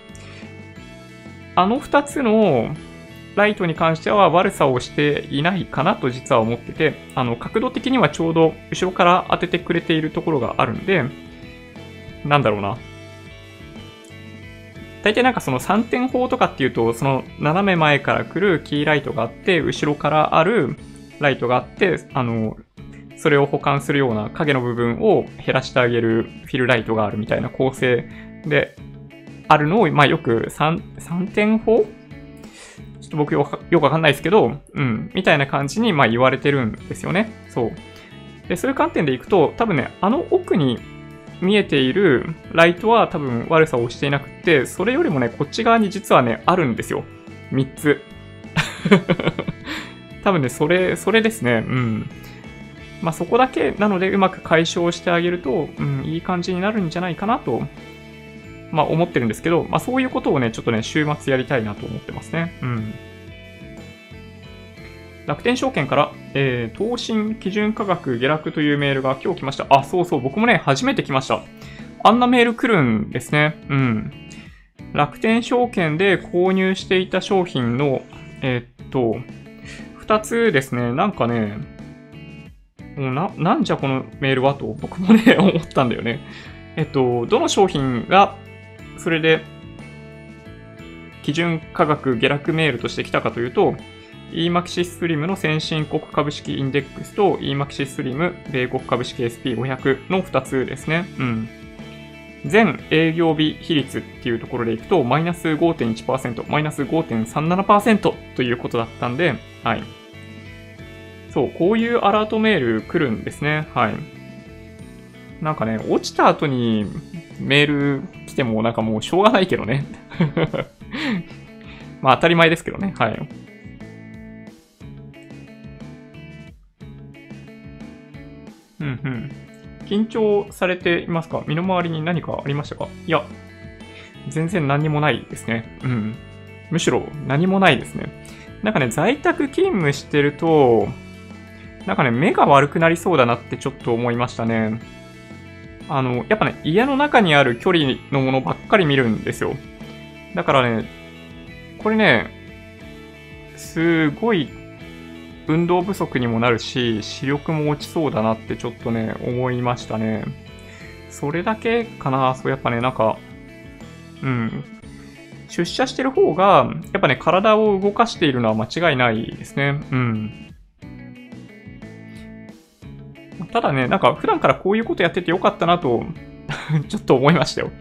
。2つのライトに関しては悪さをしていないかなと実は思ってて、角度的にはちょうど後ろから当ててくれているところがあるんで、なんだろうな。大体なんかその3点砲とかっていうと、その斜め前から来るキーライトがあって、後ろからあるライトがあって、それを補完するような影の部分を減らしてあげるフィルライトがあるみたいな構成であるのを、まあよく3点砲ちょっと僕よくわかんないですけど、うん、みたいな感じにまあ言われてるんですよね。そう。で、そういう観点でいくと、多分ね、奥に見えているライトは多分悪さをしていなくて、それよりもね、こっち側に実はね、あるんですよ。3つ。多分ね、それですね。うん。まあそこだけなのでうまく解消してあげると、うん、いい感じになるんじゃないかなと、まあ思ってるんですけど、まあそういうことをね、ちょっとね、週末やりたいなと思ってますね。うん。楽天証券から、投信基準価格下落というメールが今日来ました。あ、そうそう、僕もね、初めて来ました。あんなメール来るんですね。うん。楽天証券で購入していた商品の、2つですね、なんかね、なんじゃこのメールはと僕もね、思ったんだよね。どの商品が、それで、基準価格下落メールとして来たかというと、EMAXI SLIM の先進国株式インデックスと EMAXI SLIM 米国株式 SP500 の2つですね。うん。全営業日比率っていうところでいくと、マイナス 5.1%、マイナス 5.37% ということだったんで、はい。そう、こういうアラートメール来るんですね。はい。なんかね、落ちた後にメール来てもなんかもうしょうがないけどね。まあ当たり前ですけどね。はい。うんうん。緊張されていますか？身の回りに何かありましたか？いや、全然何もないですね。うん。むしろ何もないですね。なんかね、在宅勤務してると、なんかね、目が悪くなりそうだなってちょっと思いましたね。やっぱね、家の中にある距離のものばっかり見るんですよ。だからね、これね、すごい運動不足にもなるし、視力も落ちそうだなってちょっとね、思いましたね。それだけかな。そう、やっぱね、なんか、うん。出社してる方が、やっぱね、体を動かしているのは間違いないですね。うん。ただね、なんか普段からこういうことやっててよかったなとちょっと思いましたよ。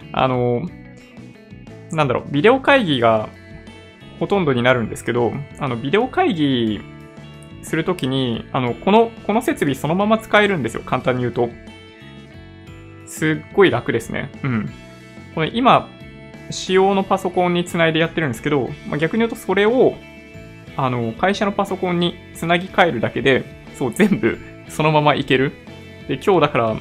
なんだろう、ビデオ会議がほとんどになるんですけど、ビデオ会議するときに、この設備そのまま使えるんですよ。簡単に言うと。すっごい楽ですね。うん。これ今、仕様のパソコンにつないでやってるんですけど、まあ、逆に言うとそれを、会社のパソコンにつなぎ替えるだけで、そう、全部そのままいける。で、今日だから、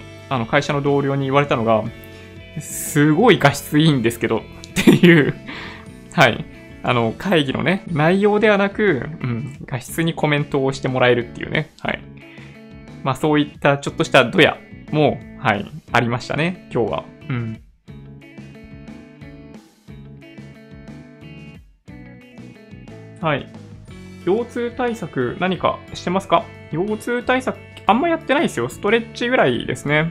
会社の同僚に言われたのが、すごい画質いいんですけど、っていうはい。会議のね、内容ではなく、うん、画質にコメントをしてもらえるっていうね。はい。まあ、そういったちょっとしたドヤも、はい、ありましたね、今日は。うん。はい。腰痛対策何かしてますか？腰痛対策、あんまやってないですよ。ストレッチぐらいですね。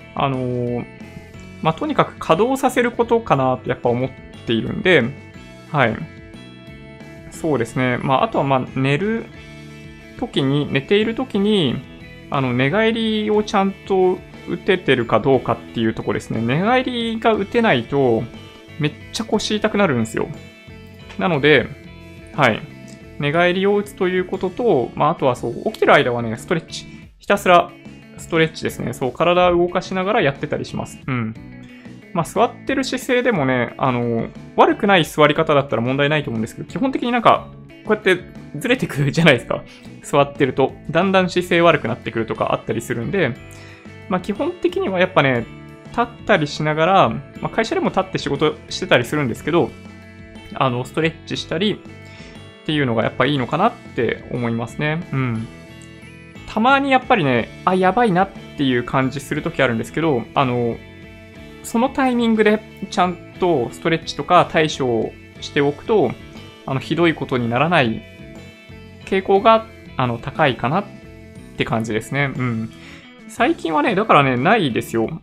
まあ、とにかく稼働させることかなとやっぱ思っているんで、はい。そうですね。まあ、あとはまあ、寝ている時に、寝返りをちゃんと打ててるかどうかっていうところですね。寝返りが打てないと、めっちゃ腰痛くなるんですよ。なので、はい。寝返りを打つということと、まあ、あとはそう、起きてる間はね、ストレッチ。ひたすらストレッチですね。そう、体を動かしながらやってたりします。うん。まあ、座ってる姿勢でもね、悪くない座り方だったら問題ないと思うんですけど、基本的になんか、こうやってずれてくるじゃないですか。座ってると。だんだん姿勢悪くなってくるとかあったりするんで、まあ基本的にはやっぱね、立ったりしながら、まあ会社でも立って仕事してたりするんですけど、ストレッチしたりっていうのがやっぱいいのかなって思いますね。うん。たまにやっぱりね、やばいなっていう感じするときあるんですけど、そのタイミングでちゃんとストレッチとか対処をしておくと、ひどいことにならない傾向が、高いかなって感じですね。うん。最近はね、だからね、ないですよ。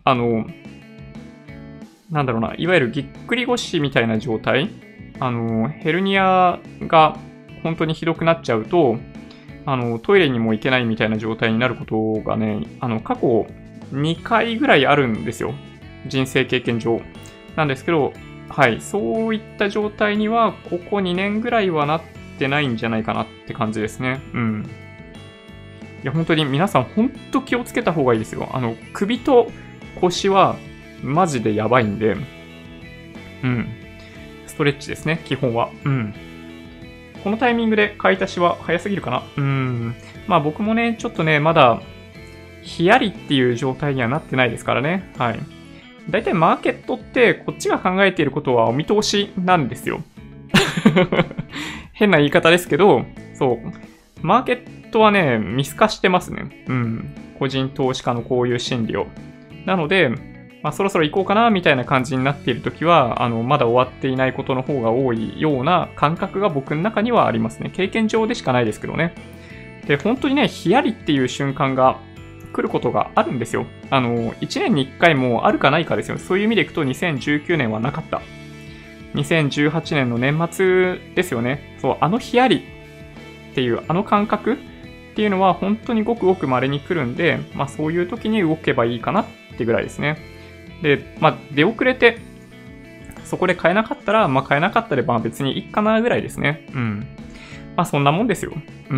なんだろうな、いわゆるぎっくり腰みたいな状態。ヘルニアが本当にひどくなっちゃうと、トイレにも行けないみたいな状態になることがね、過去2回ぐらいあるんですよ。人生経験上。なんですけど、はい、そういった状態には、ここ2年ぐらいはなってないんじゃないかなって感じですね。うん。いや、本当に皆さん、本当気をつけた方がいいですよ。首と腰は、マジでやばいんで、うん。ストレッチですね、基本は。うん。このタイミングで買い足しは早すぎるかな。まあ僕もね、ちょっとね、まだ、ヒヤリっていう状態にはなってないですからね。はい。だいたいマーケットって、こっちが考えていることはお見通しなんですよ。変な言い方ですけど、そう。マーケットはね、見透かしてますね。うん。個人投資家のこういう心理を。なので、まあ、そろそろ行こうかな、みたいな感じになっているときは、まだ終わっていないことの方が多いような感覚が僕の中にはありますね。経験上でしかないですけどね。で、本当にね、ヒヤリっていう瞬間が来ることがあるんですよ。1年に1回もあるかないかですよ。そういう意味でいくと2019年はなかった。2018年の年末ですよね。そう、ヒヤリっていう、感覚っていうのは本当にごくごく稀に来るんで、まあそういう時に動けばいいかなってぐらいですね。で、まあ出遅れて、そこで買えなかったら、まあ買えなかったで、まあ別にいいかなぐらいですね。うん。まあそんなもんですよ。うん。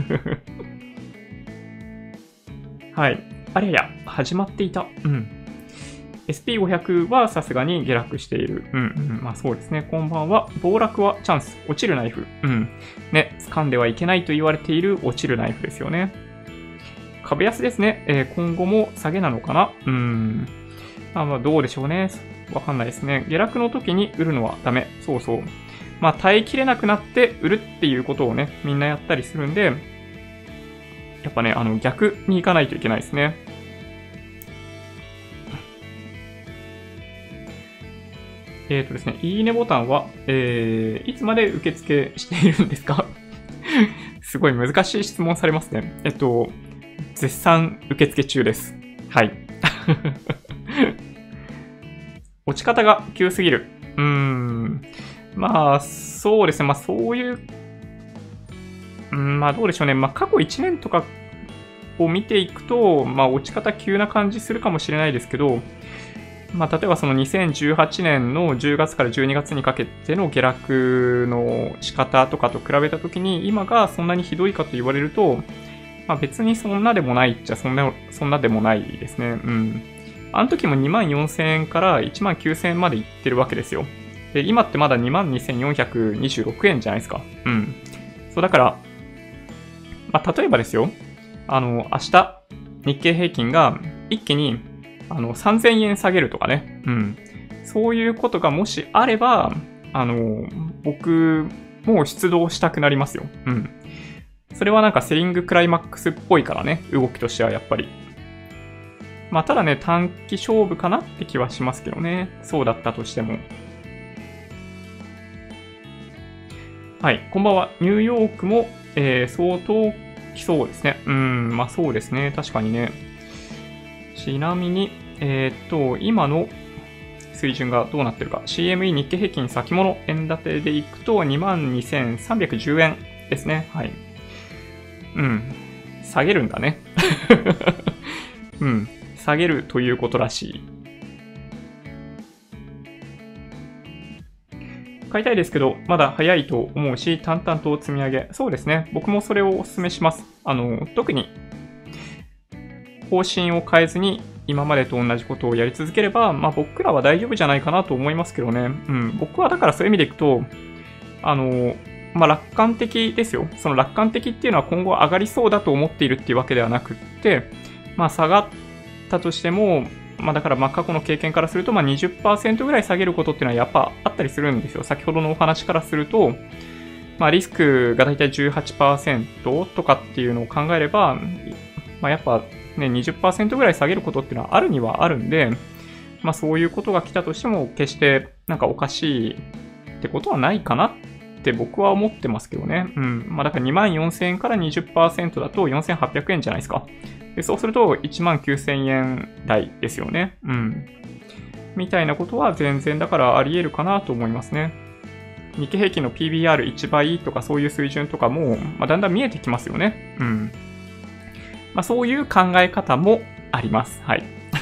はい。ありゃや、始まっていた。うん。SP500 はさすがに下落している。まあそうですね。こんばんは。暴落はチャンス。落ちるナイフ。ね、掴んではいけないと言われている落ちるナイフですよね。株安ですね。今後も下げなのかな。まあどうでしょうね。わかんないですね。下落の時に売るのはダメ。そうそう。まあ耐えきれなくなって売るっていうことをね、みんなやったりするんで、やっぱね、逆に行かないといけないですね。ですね、いいねボタンは、いつまで受付しているんですか？すごい難しい質問されますね。絶賛受付中です。はい。落ち方が急すぎる。まあ、そうですね。まあ、そういう、まあ、どうでしょうね。まあ、過去1年とかを見ていくと、まあ、落ち方急な感じするかもしれないですけど、まあ、例えばその2018年の10月から12月にかけての下落の仕方とかと比べたときに、今がそんなにひどいかと言われると、まあ、別にそんなでもないっちゃそんなでもないですね。あの時も24,000円から19,000円までいってるわけですよ。で、今ってまだ22,426円じゃないですか。そうだから、まあ、例えばですよ。明日、日経平均が一気に3,000円下げるとかね。そういうことがもしあれば、僕も出動したくなりますよ。それはなんかセリングクライマックスっぽいからね。動きとしてはやっぱり。まあ、ただね、短期勝負かなって気はしますけどね。そうだったとしても。はい。こんばんは。ニューヨークも、相当来そうですね。まあそうですね。確かにね。ちなみに、今の水準がどうなってるか。CME 日経平均先物円建てでいくと 22,310 円ですね。はい。下げるんだね。下げるということらしい。買いたいですけど、まだ早いと思うし、淡々と積み上げ。そうですね。僕もそれをお勧めします。特に、方針を変えずに、今までと同じことをやり続ければ、まあ僕らは大丈夫じゃないかなと思いますけどね。僕はだからそういう意味でいくと、 まあ、楽観的ですよ。その楽観的っていうのは今後上がりそうだと思っているっていうわけではなくって、まあ、下がったとしても、まあ、だからまあ過去の経験からすると、まあ 20% ぐらい下げることっていうのはやっぱあったりするんですよ。先ほどのお話からすると、まあ、リスクがだいたい 18% とかっていうのを考えれば、まあ、やっぱね、20% ぐらい下げることっていうのはあるにはあるんで、まあ、そういうことが来たとしても、決してなんかおかしいってことはないかなって僕は思ってますけどね。うん。まあ、だから24,000円から 20% だと4,800円じゃないですか。でそうすると19,000円台ですよね。うん。みたいなことは全然だからあり得るかなと思いますね。日経平均の PBR1 倍とかそういう水準とかも、まあ、だんだん見えてきますよね。うん。まあ、そういう考え方もあります。はい。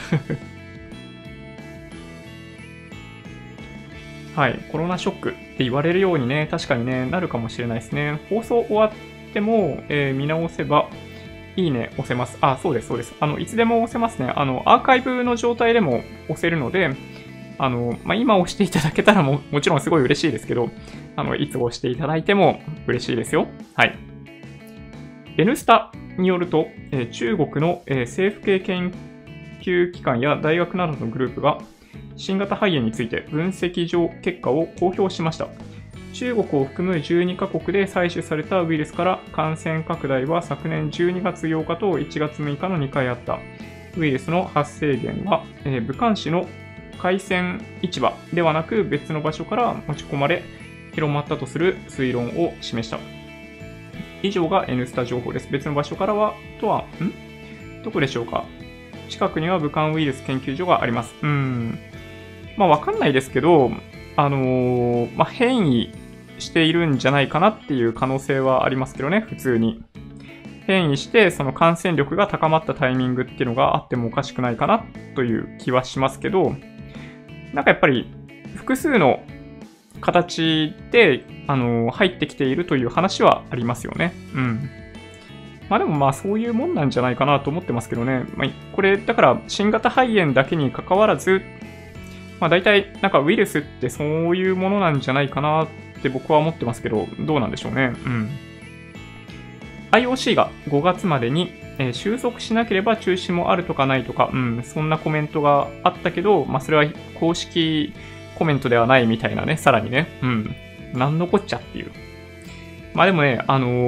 はい。コロナショックって言われるようにね、確かにね、なるかもしれないですね。放送終わっても、見直せば、いいね押せます。あ、そうです、そうです。いつでも押せますね。アーカイブの状態でも押せるので、まあ、今押していただけたらもちろんすごい嬉しいですけど、いつ押していただいても嬉しいですよ。はい。N スタによると、中国の、政府系研究機関や大学などのグループが、新型肺炎について分析結果を公表しました。中国を含む12カ国で採取されたウイルスから感染拡大は昨年12月8日と1月6日の2回あった。ウイルスの発生源は、武漢市の海鮮市場ではなく別の場所から持ち込まれ広まったとする推論を示した。以上が N スタ情報です。別の場所からは、どこでしょうか。近くには武漢ウイルス研究所があります。まあわかんないですけど、まあ変異しているんじゃないかなっていう可能性はありますけどね、普通に。変異して、その感染力が高まったタイミングっていうのがあってもおかしくないかなという気はしますけど、なんかやっぱり複数の形で、入ってきているという話はありますよね。まあでもまあそういうもんなんじゃないかなと思ってますけどね。まあ、これだから新型肺炎だけに関わらず、まあ大体なんかウイルスってそういうものなんじゃないかなって僕は思ってますけど、どうなんでしょうね。IOC が5月までに、収束しなければ中止もあるとかないとか、そんなコメントがあったけど、まあそれは公式コメントではないみたいなね、さらにね、なんのこっちゃっていう。まあでもね、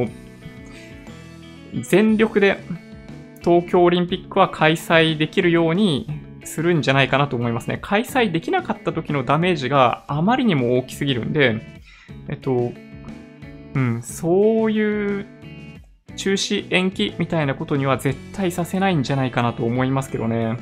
全力で東京オリンピックは開催できるようにするんじゃないかなと思いますね。開催できなかった時のダメージがあまりにも大きすぎるんで、そういう中止延期みたいなことには絶対させないんじゃないかなと思いますけどね。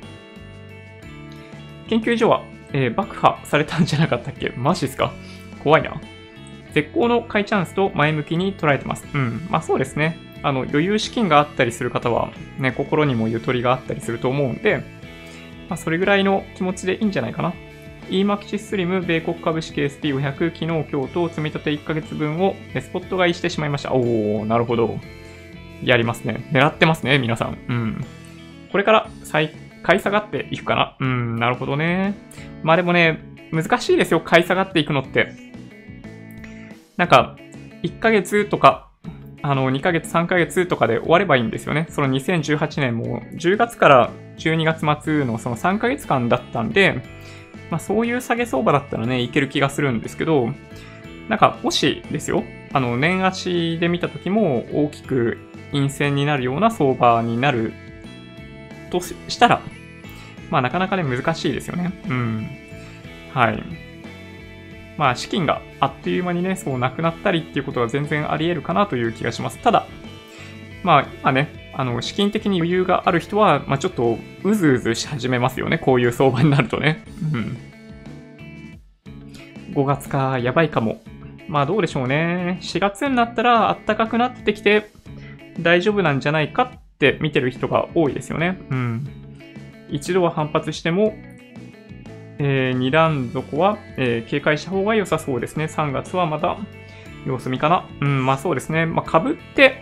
研究所は、爆破されたんじゃなかったっけ？マジですか？怖いな。絶好の買いチャンスと前向きに捉えてます。まあそうですね。余裕資金があったりする方は、ね、心にもゆとりがあったりすると思うんで、まあそれぐらいの気持ちでいいんじゃないかな。EMAXI SLIM 米国株式 SP500 昨日今日と積み立て1ヶ月分をスポット買いしてしまいました。おー、なるほど。やりますね。狙ってますね、皆さん。これから買い下がっていくかな。なるほどね。まあでもね、難しいですよ、買い下がっていくのって。なんか、1ヶ月とか、2ヶ月、3ヶ月とかで終わればいいんですよね。その2018年も10月から12月末のその3ヶ月間だったんで、まあそういう下げ相場だったらね、いける気がするんですけど、なんかもしですよ、年足で見た時も大きく陰線になるような相場になるとしたら、まあなかなかね、難しいですよね。はい。まあ資金があっという間にね、そうなくなったりっていうことは全然あり得るかなという気がします。ただ、まあ今ね、資金的に余裕がある人は、まあちょっとうずうずし始めますよね。こういう相場になるとね。5月か、やばいかも。まあどうでしょうね。4月になったら暖かくなってきて大丈夫なんじゃないかって見てる人が多いですよね。一度は反発しても、二段底は、警戒した方が良さそうですね。3月はまだ様子見かな。まあそうですね。まあ株って、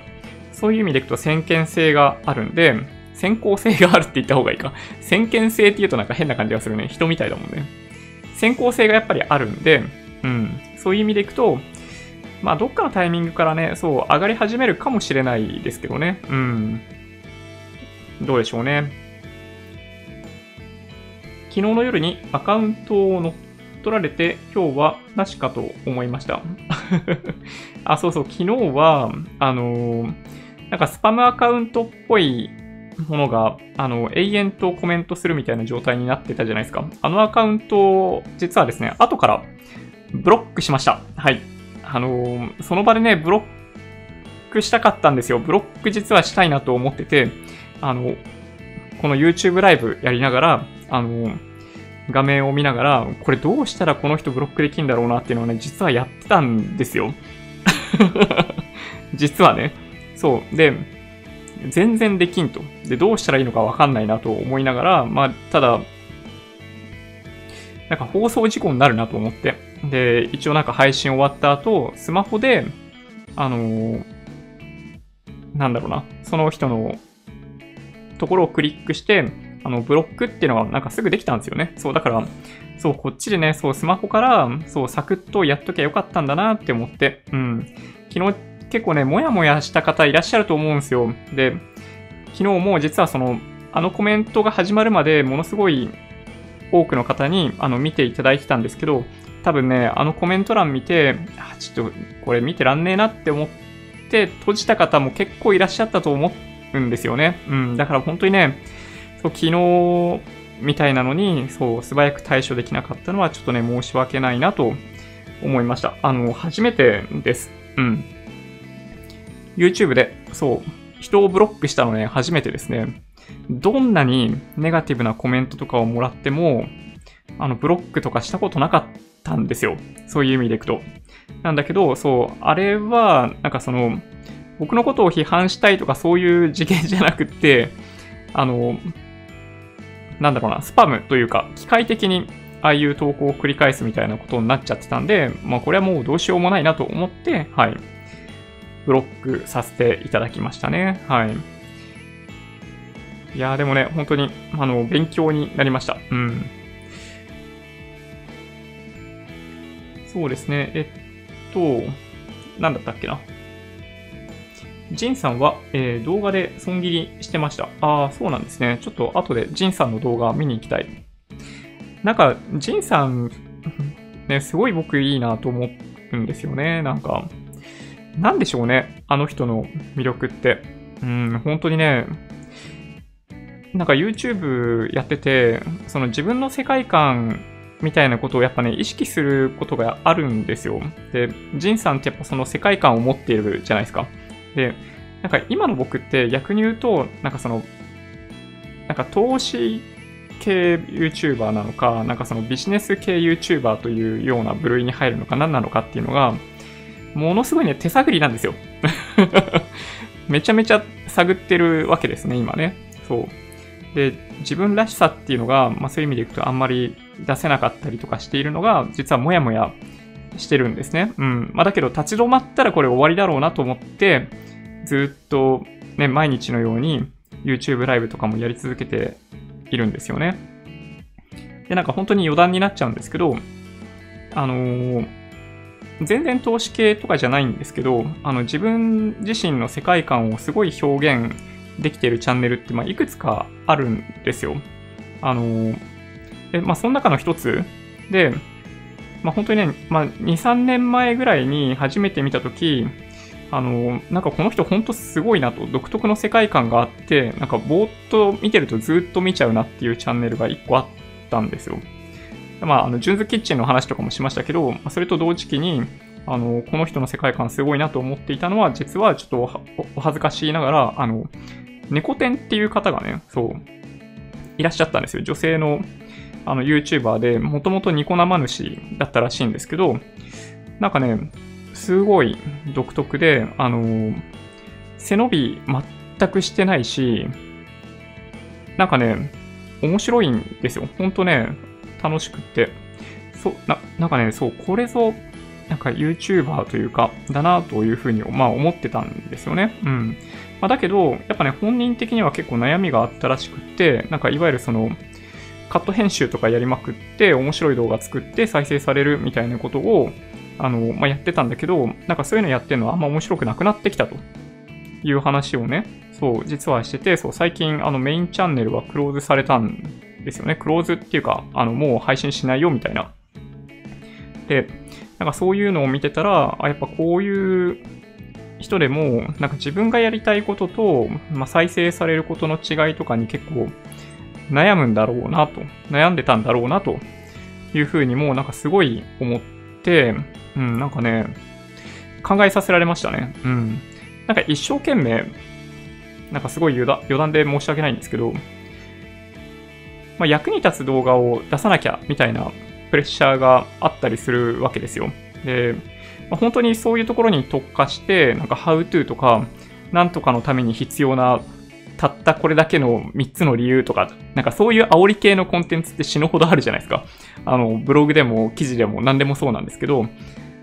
そういう意味でいくと先見性があるんで、先行性があるって言った方がいいか。先見性って言うとなんか変な感じがするね。人みたいだもんね。先行性がやっぱりあるんで、そういう意味でいくと、 まあ、どっかのタイミングからね、そう、上がり始めるかもしれないですけどね。うん。どうでしょうね。昨日の夜にアカウントを乗っ取られて、今日はなしかと思いました。あ、そうそう、昨日は、なんかスパムアカウントっぽいものが、永遠とコメントするみたいな状態になってたじゃないですか。あのアカウント、実はですね、後からブロックしました。はい。その場でね、ブロックしたかったんですよ。ブロック実はしたいなと思ってて、この YouTube ライブやりながら、画面を見ながら、これどうしたらこの人ブロックできるんだろうなっていうのをね、実はやってたんですよ。実はね。そう。で、全然できんと。で、どうしたらいいのかわかんないなと思いながら、まあ、ただ、なんか放送事故になるなと思って。で、一応なんか配信終わった後、スマホで、なんだろうな、その人のところをクリックして、ブロックっていうのがなんかすぐできたんですよね。そう、だから、そう、こっちでね、そう、スマホから、そう、サクッとやっときゃよかったんだなって思って、うん。昨日結構ね、もやもやした方いらっしゃると思うんですよ。で、昨日も実はコメントが始まるまでものすごい多くの方に見ていただいてたんですけど、多分ね、コメント欄見て、ちょっとこれ見てらんねえなって思って閉じた方も結構いらっしゃったと思うんですよね。うん、だから本当にね、そう昨日みたいなのに、そう、素早く対処できなかったのはちょっとね、申し訳ないなと思いました。初めてです。うん。YouTube で、そう、人をブロックしたのね、初めてですね。どんなにネガティブなコメントとかをもらっても、ブロックとかしたことなかったんですよ。そういう意味でいくと。なんだけど、そう、あれは、なんか僕のことを批判したいとかそういう事件じゃなくって、なんだろうな、スパムというか、機械的にああいう投稿を繰り返すみたいなことになっちゃってたんで、まあこれはもうどうしようもないなと思って、はい、ブロックさせていただきましたね。はい。いやーでもね、本当に、勉強になりました。うん。そうですね。なんだったっけな。ジンさんは、動画で損切りしてました。ああ、そうなんですね。ちょっと後でジンさんの動画見に行きたい。なんか、ジンさん、ね、すごい僕いいなと思うんですよね。なんか、なんでしょうね。あの人の魅力って。本当にね、なんか YouTube やってて、その自分の世界観みたいなことをやっぱね、意識することがあるんですよ。で、ジンさんってやっぱその世界観を持っているじゃないですか。で、なんか今の僕って逆に言うと、なんか投資系 YouTuber なのか、なんかそのビジネス系 YouTuber というような部類に入るのか何なのかっていうのが、ものすごいね、手探りなんですよ。めちゃめちゃ探ってるわけですね、今ね。そう。で、自分らしさっていうのが、まあそういう意味でいくとあんまり出せなかったりとかしているのが、実はもやもやしてるんですね。うん。まあだけど立ち止まったらこれ終わりだろうなと思って、ずっとね、毎日のように YouTube ライブとかもやり続けているんですよね。で、なんか本当に余談になっちゃうんですけど、全然投資系とかじゃないんですけど、自分自身の世界観をすごい表現できているチャンネルって、まあ、いくつかあるんですよ。まあ、その中の一つで、まあ、本当にね、まあ、2、3年前ぐらいに初めて見たとき、なんかこの人本当すごいなと、独特の世界観があって、なんかぼーっと見てるとずっと見ちゃうなっていうチャンネルが1個あったんですよ。まあ、ジュンズキッチンの話とかもしましたけど、それと同時期に、この人の世界観すごいなと思っていたのは、実はちょっとお恥ずかしいながら、猫店っていう方がね、そう、いらっしゃったんですよ。女性の、YouTuber で、もともとニコ生主だったらしいんですけど、なんかね、すごい独特で、背伸び全くしてないし、なんかね、面白いんですよ。ほんとね、楽しくって。なんかね、そう、これぞ、なんか YouTuber というか、だなというふうに、まあ思ってたんですよね。うん。まあ、だけど、やっぱね、本人的には結構悩みがあったらしくって、なんかいわゆるカット編集とかやりまくって、面白い動画作って再生されるみたいなことを、 やってたんだけど、なんかそういうのやってるのはあんま面白くなくなってきたという話をね、そう、実はしてて、そう、最近、メインチャンネルはクローズされたんですよね。クローズっていうか、もう配信しないよみたいな。で、なんかそういうのを見てたら、やっぱこういう人でも、なんか自分がやりたいことと、再生されることの違いとかに結構悩むんだろうなと、悩んでたんだろうなというふうにも、なんかすごい思って、なんかね、考えさせられましたね。なんか一生懸命、なんかすごい余談で申し訳ないんですけど、役に立つ動画を出さなきゃみたいなプレッシャーがあったりするわけですよ。で、本当にそういうところに特化して、なんか How to とか、なんとかのために必要な、たったこれだけの3つの理由とか、なんかそういう煽り系のコンテンツって死ぬほどあるじゃないですか。ブログでも記事でも何でもそうなんですけど、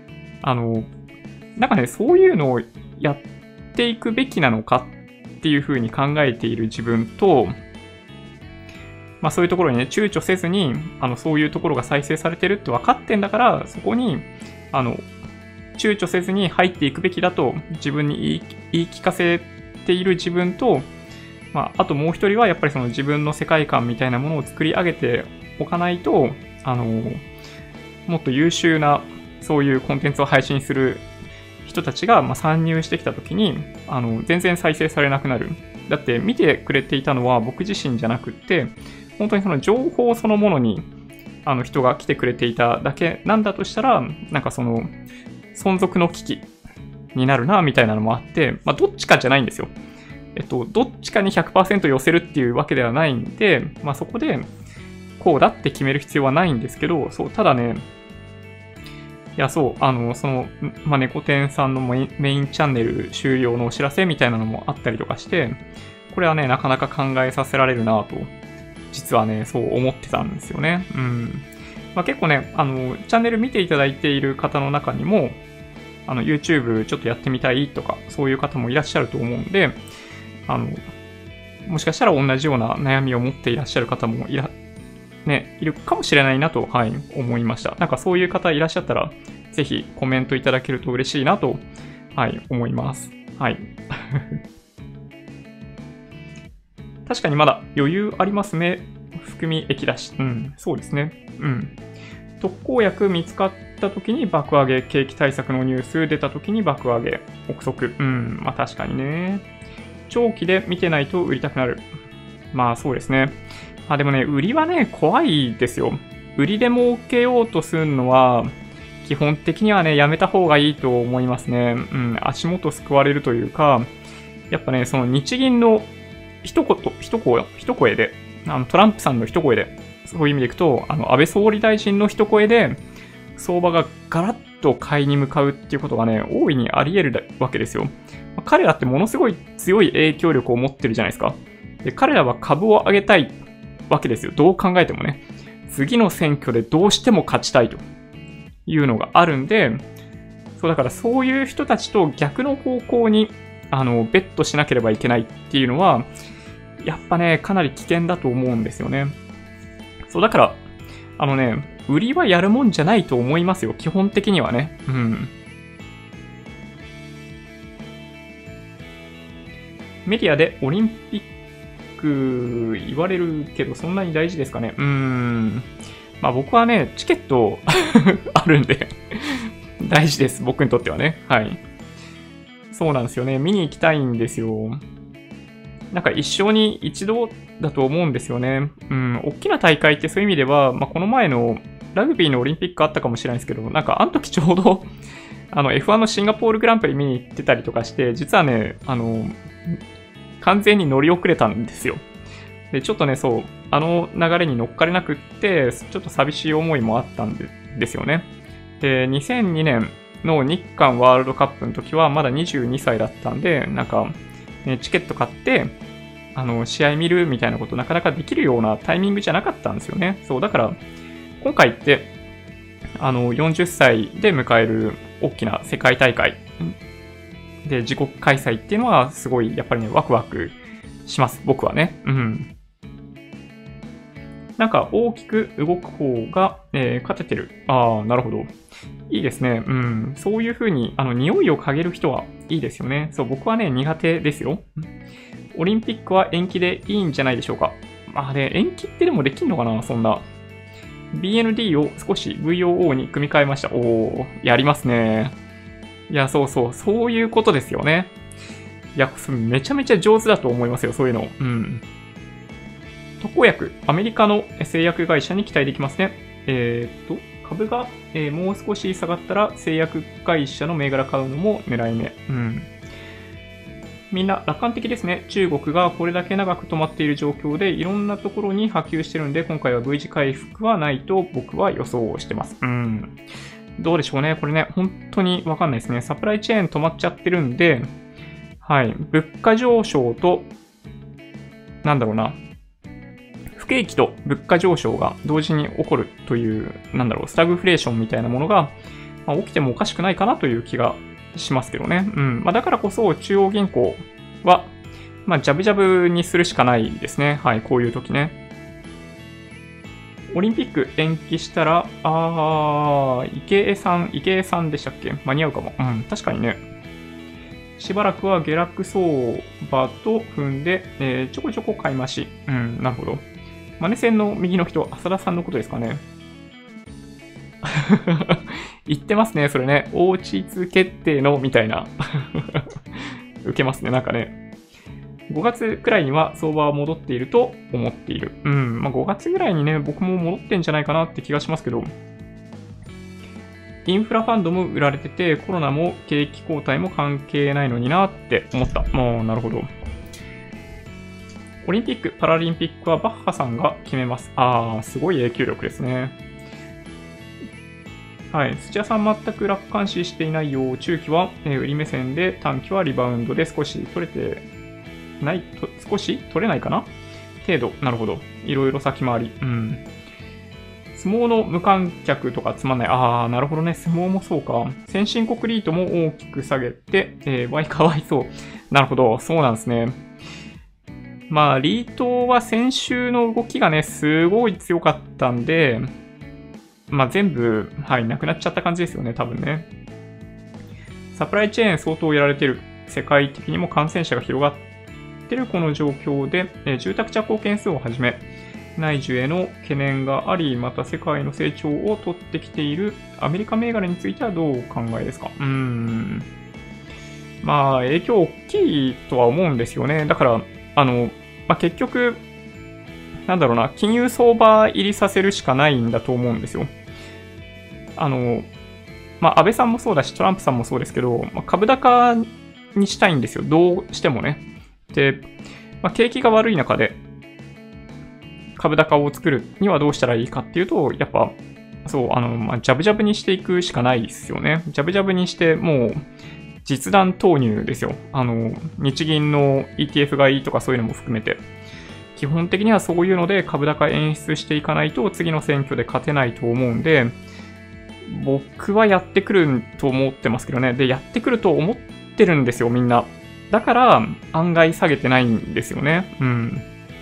なんかね、そういうのをやっていくべきなのかっていうふうに考えている自分と、そういうところにね、躊躇せずに、そういうところが再生されてるって分かってんだから、そこに、躊躇せずに入っていくべきだと自分に言い聞かせている自分と、あともう一人はやっぱりその自分の世界観みたいなものを作り上げておかないと、もっと優秀なそういうコンテンツを配信する人たちが参入してきたときに、全然再生されなくなる。だって見てくれていたのは僕自身じゃなくって、本当にその情報そのものに人が来てくれていただけなんだとしたら、なんかその存続の危機になるなみたいなのもあって、どっちかじゃないんですよ。どっちかに 100% 寄せるっていうわけではないんで、そこでこうだって決める必要はないんですけど、そう、ただね、いや、そう、猫店さんのメインチャンネル終了のお知らせみたいなのもあったりとかして、これはね、なかなか考えさせられるなと、実はね、そう思ってたんですよね。結構ね、チャンネル見ていただいている方の中にも、YouTube ちょっとやってみたいとか、そういう方もいらっしゃると思うんで、もしかしたら同じような悩みを持っていらっしゃる方もいるかもしれないなと、思いました。なんかそういう方いらっしゃったら、ぜひコメントいただけると嬉しいなと、思います。確かにまだ余裕ありますね。含み益だし。そうですね。特効薬見つかった時に爆上げ、景気対策のニュース出た時に爆上げ、憶測。確かにね。長期で見てないと売りたくなる。そうですね。でもね、売りはね、怖いですよ。売りで儲けようとするのは、基本的にはね、やめた方がいいと思いますね。足元救われるというか、やっぱね、その日銀の一声で、トランプさんの一声で、そういう意味でいくと、安倍総理大臣の一声で、相場がガラッと買いに向かうっていうことがね、大いにあり得るわけですよ。彼らってものすごい強い影響力を持ってるじゃないですか。で、彼らは株を上げたいわけですよ。どう考えてもね。次の選挙でどうしても勝ちたいというのがあるんで、そうだからそういう人たちと逆の方向にベットしなければいけないっていうのは、やっぱね、かなり危険だと思うんですよね。そうだから、売りはやるもんじゃないと思いますよ。基本的にはね。メディアでオリンピック言われるけど、そんなに大事ですかね。僕はね、チケットあるんで大事です。僕にとってはね。そうなんですよね。見に行きたいんですよ。なんか一生に一度だと思うんですよね。大きな大会ってそういう意味では、この前のラグビーのオリンピックあったかもしれないですけど、なんかあの時ちょうどF1 のシンガポールグランプリ見に行ってたりとかして、実はね、完全に乗り遅れたんですよ。で、ちょっとね、そう、流れに乗っかれなくって、ちょっと寂しい思いもあったんですよね。で、2002年の日韓ワールドカップの時はまだ22歳だったんで、なんか、チケット買って、試合見るみたいなことなかなかできるようなタイミングじゃなかったんですよね。そう、だから、今回って、40歳で迎える大きな世界大会で自国開催っていうのはすごいやっぱりね、ワクワクします。僕はね。なんか大きく動く方が、勝ててる。なるほど。 いいですね。うん。そういう風に、匂いを嗅げる人はいいですよね。そう、僕はね、苦手ですよ。オリンピックは延期でいいんじゃないでしょうか。まあね、延期ってでもできんのかな、そんな。BND を少し VOO に組み替えました。おー、やりますね。いや、そうそう、そういうことですよね。いや、めちゃめちゃ上手だと思いますよ、そういうの。うん。特効薬、アメリカの製薬会社に期待できますね。株が、もう少し下がったら製薬会社の銘柄買うのも狙い目。うん。みんな楽観的ですね。中国がこれだけ長く止まっている状況でいろんなところに波及してるんで、今回は V 字回復はないと僕は予想してます。うん。どうでしょうね。これね、本当にわかんないですね。サプライチェーン止まっちゃってるんで、はい。物価上昇と、なんだろうな。不景気と物価上昇が同時に起こるという、なんだろう、スタグフレーションみたいなものが、起きてもおかしくないかなという気がしますけどね。うん。だからこそ中央銀行は、ジャブジャブにするしかないですね。はい。こういう時ね。オリンピック延期したら、池江さんでしたっけ？間に合うかも。うん。確かにね。しばらくは下落相場と踏んで、ちょこちょこ買い増し。うん。なるほど。マネ線の右の人、浅田さんのことですかね。言ってますね、それね。大地図決定の、みたいな。受けますね、なんかね。5月くらいには相場は戻っていると思っている。うん。5月ぐらいにね、僕も戻ってんじゃないかなって気がしますけど。インフラファンドも売られてて、コロナも景気後退も関係ないのになって思った。もう、なるほど。オリンピック、パラリンピックはバッハさんが決めます。すごい影響力ですね。はい。土屋さん全く楽観視していないよう。中期は、売り目線で、短期はリバウンドで少し取れてない、少し取れないかな程度。なるほど。いろいろ先回り。うん。相撲の無観客とかつまんない。なるほどね。相撲もそうか。先進国リートも大きく下げて、かわいそう。なるほど。そうなんですね。リートは先週の動きがね、すごい強かったんで、全部、はい、なくなっちゃった感じですよね、多分ね。サプライチェーン相当やられてる。世界的にも感染者が広がってるこの状況で、住宅着工件数をはじめ、内需への懸念があり、また世界の成長を取ってきているアメリカ銘柄についてはどうお考えですか？影響大きいとは思うんですよね。だから、結局、なんだろうな、金融相場入りさせるしかないんだと思うんですよ。安倍さんもそうだし、トランプさんもそうですけど、株高にしたいんですよ。どうしてもね。で、景気が悪い中で、株高を作るにはどうしたらいいかっていうと、やっぱ、そう、ジャブジャブにしていくしかないですよね。ジャブジャブにして、もう、実弾投入ですよ。日銀の ETF 買いとかそういうのも含めて。基本的にはそういうので株高演出していかないと次の選挙で勝てないと思うんで、僕はやってくると思ってますけどね。で、やってくると思ってるんですよ、みんな。だから、案外下げてないんですよね。うん。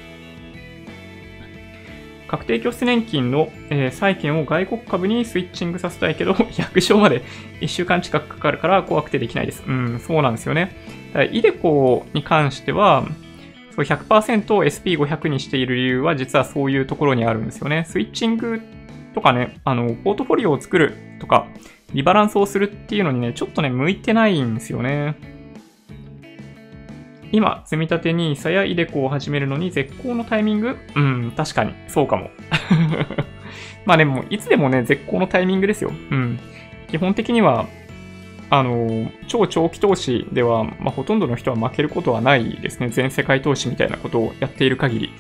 確定拠出年金の、債券を外国株にスイッチングさせたいけど、約定まで1週間近くかかるから怖くてできないです。うん、そうなんですよね。だからイデコに関しては、100% を SP500 にしている理由は実はそういうところにあるんですよね。スイッチングとかね、ポートフォリオを作るとか、リバランスをするっていうのにね、ちょっとね、向いてないんですよね。今、積立 NISA やイデコを始めるのに絶好のタイミング？確かに、そうかも。でも、いつでもね、絶好のタイミングですよ。基本的には、超長期投資では、ほとんどの人は負けることはないですね。全世界投資みたいなことをやっている限り。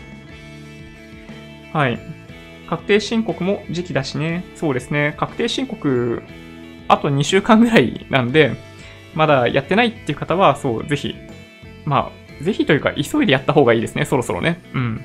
はい。確定申告も時期だしね。そうですね。確定申告、あと2週間ぐらいなんで、まだやってないっていう方は、そう、ぜひ、ぜひというか、急いでやった方がいいですね。そろそろね。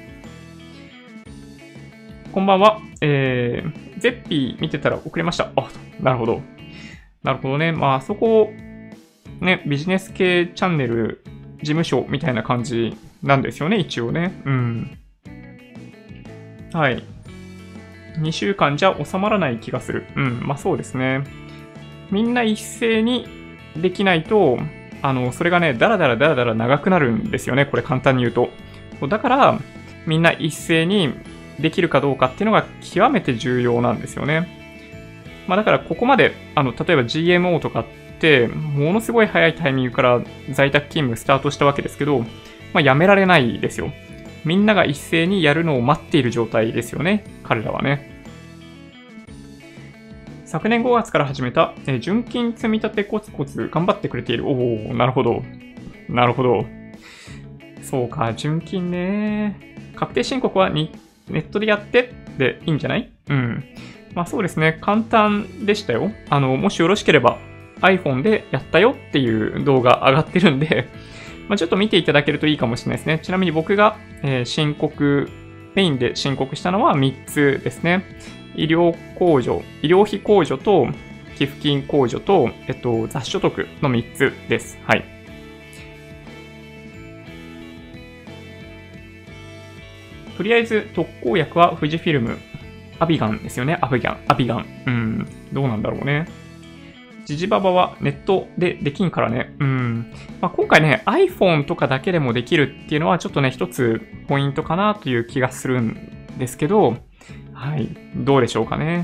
こんばんは。ゼッピー見てたら遅れました。なるほど。なるほどね。そこ、ね、ビジネス系チャンネル事務所みたいな感じなんですよね、一応ね。はい。 2週間じゃ収まらない気がする。まあそうですね。みんな一斉にできないと、それがね、だらだら長くなるんですよね。これ簡単に言うと。だから、みんな一斉にできるかどうかっていうのが極めて重要なんですよね。まあだからここまで、例えば GMO とかって、ものすごい早いタイミングから在宅勤務スタートしたわけですけど、まあやめられないですよ。みんなが一斉にやるのを待っている状態ですよね。彼らはね。昨年5月から始めた、純金積み立てコツコツ頑張ってくれている。おー、なるほど。なるほど。そうか、純金ね。確定申告はネットでやってでいいんじゃない？まあそうですね。簡単でしたよ。もしよろしければ iPhone でやったよっていう動画上がってるんで、まあ、ちょっと見ていただけるといいかもしれないですね。ちなみに僕が、メインで申告したのは3つですね。医療費控除と寄付金控除と、雑所得の3つです。はい。とりあえず特効薬は富士フィルム。アビガンですよね。アビガン。どうなんだろうね。ジジババはネットでできんからね。まあ、今回ね、iPhone とかだけでもできるっていうのはちょっとね、一つポイントかなという気がするんですけど、はい。どうでしょうかね。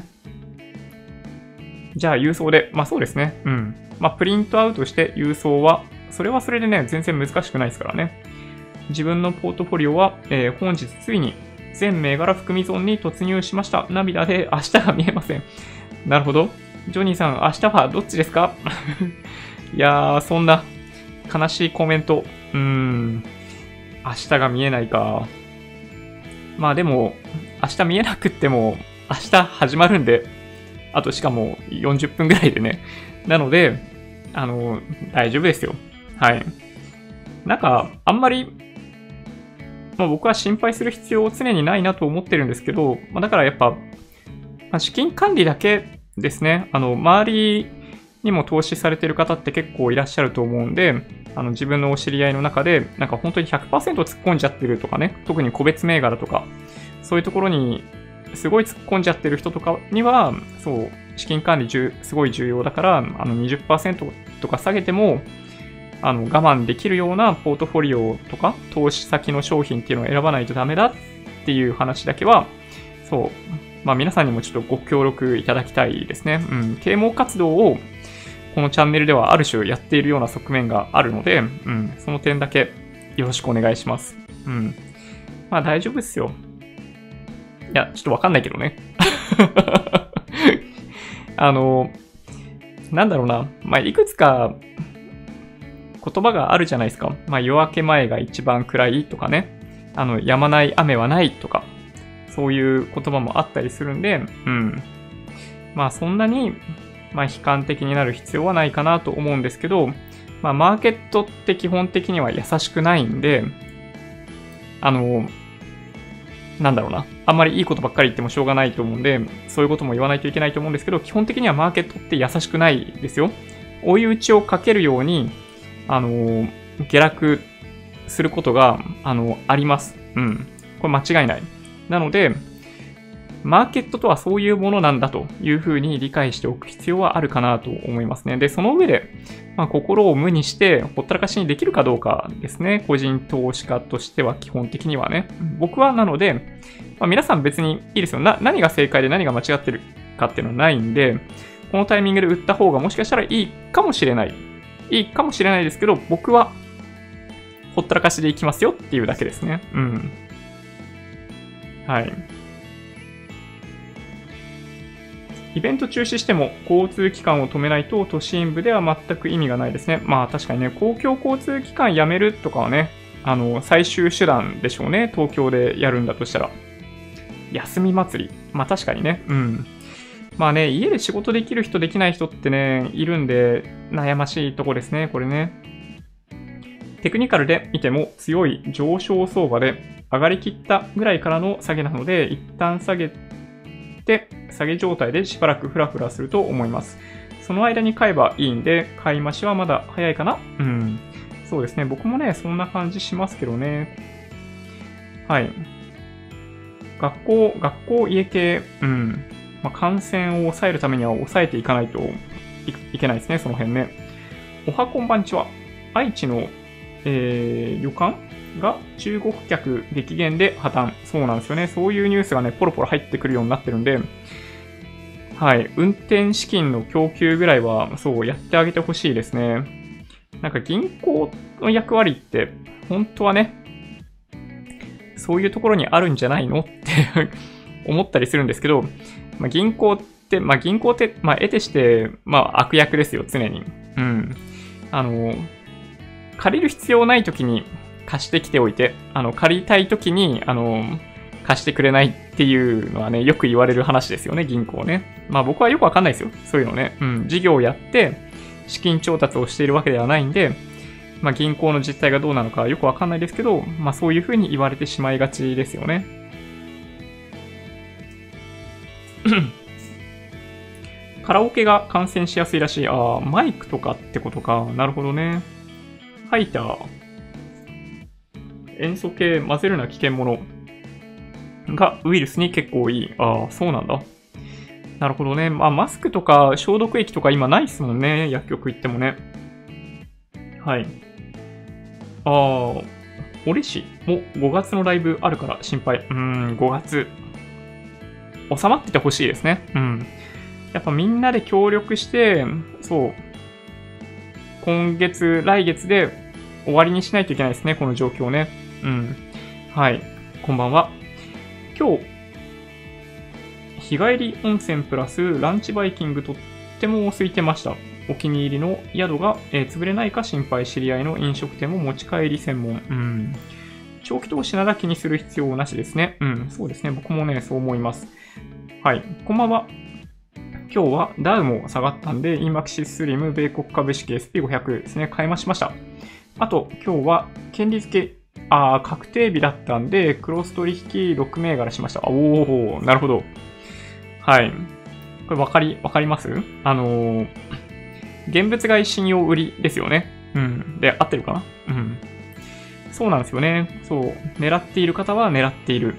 じゃあ、郵送で。まあそうですね。まあ、プリントアウトして郵送は、それはそれでね、全然難しくないですからね。自分のポートフォリオは、本日ついに全銘柄含み損に突入しました。涙で明日が見えません。なるほど。ジョニーさん、明日はどっちですか？いやー、そんな悲しいコメント。明日が見えないか。まあでも、明日見えなくっても、明日始まるんで、あとしかも40分ぐらいでね。なので、大丈夫ですよ。はい。なんか、あんまり、まあ、僕は心配する必要常にないなと思ってるんですけど、まあ、だからやっぱ、資金管理だけですね。周りにも投資されてる方って結構いらっしゃると思うんで、自分のお知り合いの中で、なんか本当に 100% 突っ込んじゃってるとかね、特に個別銘柄とか、そういうところにすごい突っ込んじゃってる人とかには、そう、資金管理すごい重要だから、20% とか下げても、我慢できるようなポートフォリオとか、投資先の商品っていうのを選ばないとダメだっていう話だけは、そう、まあ皆さんにもちょっとご協力いただきたいですね。啓蒙活動をこのチャンネルではある種やっているような側面があるので、その点だけよろしくお願いします。まあ大丈夫ですよ。いや、ちょっとわかんないけどね。なんだろうな。まあいくつか言葉があるじゃないですか。まあ夜明け前が一番暗いとかね。止まない雨はないとか。そういう言葉もあったりするんで、まあそんなに、まあ悲観的になる必要はないかなと思うんですけど、まあマーケットって基本的には優しくないんで、なんだろうな。あんまりいいことばっかり言ってもしょうがないと思うんで、そういうことも言わないといけないと思うんですけど、基本的にはマーケットって優しくないですよ。追い打ちをかけるように、下落することが、あります。これ間違いない。なので、マーケットとはそういうものなんだというふうに理解しておく必要はあるかなと思いますね。で、その上で、まあ、心を無にしてほったらかしにできるかどうかですね。個人投資家としては基本的にはね。僕はなので、まあ、皆さん別にいいですよ。何が正解で何が間違ってるかっていうのはないんで、このタイミングで売った方がもしかしたらいいかもしれない。いいかもしれないですけど、僕はほったらかしでいきますよっていうだけですね。はい。イベント中止しても交通機関を止めないと都心部では全く意味がないですね。まあ確かにね、公共交通機関やめるとかはね、最終手段でしょうね。東京でやるんだとしたら。休み祭り。まあ確かにね。まあね、家で仕事できる人できない人ってね、いるんで悩ましいとこですね、これね。テクニカルで見ても強い上昇相場で上がりきったぐらいからの下げなので、一旦下げて、下げ状態でしばらくフラフラすると思います。その間に買えばいいんで、買い増しはまだ早いかな？そうですね。僕もね、そんな感じしますけどね。はい。 学校、家系、まあ、感染を抑えるためには抑えていかないといけないですね、その辺ね。おはこんばんちは。愛知の、旅館が中国客激減で破綻。そうなんですよね。そういうニュースがね、ポロポロ入ってくるようになってるんで、はい。運転資金の供給ぐらいは、そう、やってあげてほしいですね。なんか銀行の役割って、本当はね、そういうところにあるんじゃないのって思ったりするんですけど、まあ、銀行って、まあ、得てして、まあ、悪役ですよ、常に。借りる必要ない時に貸してきておいて、借りたい時に、貸してくれないっていうのはね、よく言われる話ですよね、銀行ね。まあ僕はよくわかんないですよ、そういうのね。事業をやって、資金調達をしているわけではないんで、まあ銀行の実態がどうなのかよくわかんないですけど、まあそういうふうに言われてしまいがちですよね。カラオケが感染しやすいらしい。マイクとかってことか。なるほどね。ハイター。塩素系混ぜるな危険物がウイルスに結構多い。そうなんだ。なるほどね。まあ、マスクとか消毒液とか今ないっすもんね。薬局行ってもね。はい。折市も5月のライブあるから心配。5月。収まっててほしいですね。やっぱみんなで協力して、そう。今月、来月で終わりにしないといけないですね。この状況ね。はい。こんばんは。今日、日帰り温泉プラスランチバイキングとっても空いてました。お気に入りの宿が、潰れないか心配。知り合いの飲食店も持ち帰り専門。長期投資なら気にする必要なしですね。そうですね。僕もね、そう思います。はい。こんばんは。今日はダウも下がったんで、EMAXI SLIM 米国株式 SP500 ですね。買い増しました。あと、今日は権利付け、確定日だったんで、クロス取引6銘柄しました。なるほど。はい。これわかります現物買い信用売りですよね。で、合ってるかなそうなんですよね。そう。狙っている方は狙っている。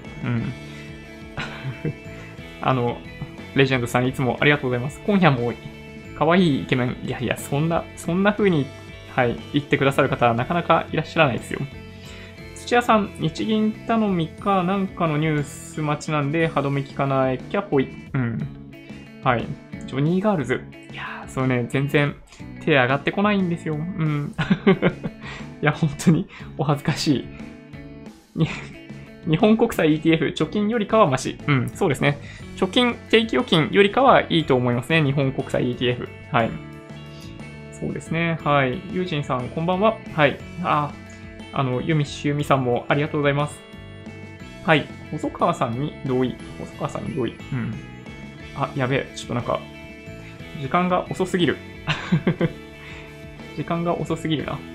レジェンドさんいつもありがとうございます。今夜も可愛いイケメン。いや、そんな風に、はい、言ってくださる方はなかなかいらっしゃらないですよ。土屋さん、日銀頼みかなんかのニュース待ちなんで、歯止め聞かないきゃほい。はい。ジョニーガールズ。いやー、そうね、全然手上がってこないんですよ。いや、本当にお恥ずかしい。日本国債 ETF、貯金よりかはマシ。そうですね。貯金、定期預金よりかはいいと思いますね。日本国債 ETF。はい。そうですね。はい。ユージンさん、こんばんは。はい。ユミシユミさんもありがとうございます。はい。細川さんに同意。やべえ。ちょっとなんか、時間が遅すぎる。時間が遅すぎるな。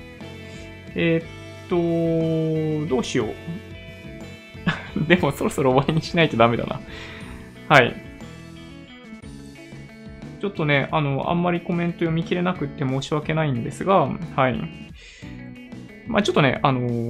どうしよう。でもそろそろ終わりにしないとダメだな。はい。ちょっとね、あんまりコメント読み切れなくって申し訳ないんですが、はい。まあちょっとね、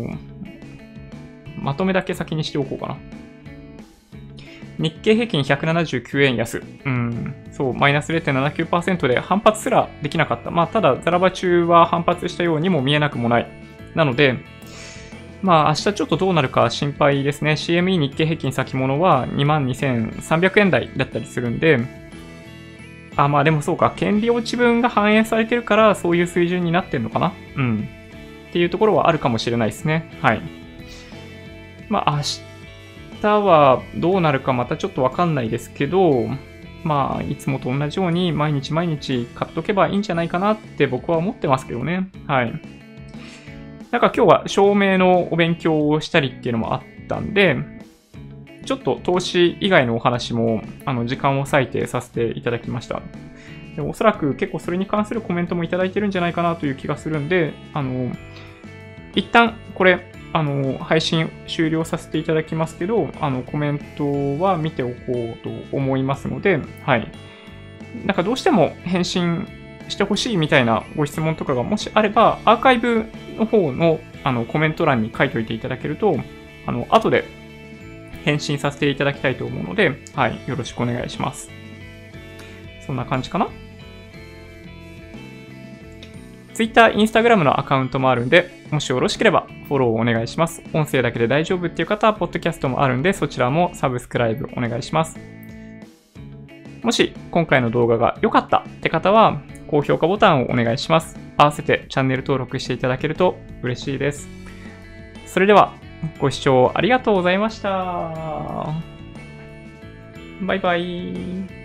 まとめだけ先にしておこうかな。日経平均179円安。そう、マイナス 0.79% で反発すらできなかった。まあただ、ザラバ中は反発したようにも見えなくもない。なので、まあ明日ちょっとどうなるか心配ですね。CME 日経平均先物は 22,300 円台だったりするんで、まあでもそうか、権利落ち分が反映されてるからそういう水準になってんのかなっていうところはあるかもしれないですね。はい。まあ明日はどうなるかまたちょっとわかんないですけど、まあいつもと同じように毎日買っとけばいいんじゃないかなって僕は思ってますけどね。はい。なんか今日は照明のお勉強をしたりっていうのもあったんで、ちょっと投資以外のお話も時間を割いてさせていただきました。でおそらく結構それに関するコメントもいただいてるんじゃないかなという気がするんで、一旦これ、配信終了させていただきますけど、コメントは見ておこうと思いますので、はい。なんかどうしても返信してほしいみたいなご質問とかがもしあれば、アーカイブの方のコメント欄に書いておいていただけると、後で返信させていただきたいと思うので、はい、よろしくお願いします。そんな感じかな。Twitter、Instagram のアカウントもあるんで、もしよろしければフォローをお願いします。音声だけで大丈夫っていう方は、ポッドキャストもあるんで、そちらもサブスクライブお願いします。もし今回の動画が良かったって方は、高評価ボタンをお願いします。合わせてチャンネル登録していただけると嬉しいです。それでは、ご視聴ありがとうございました。バイバイ。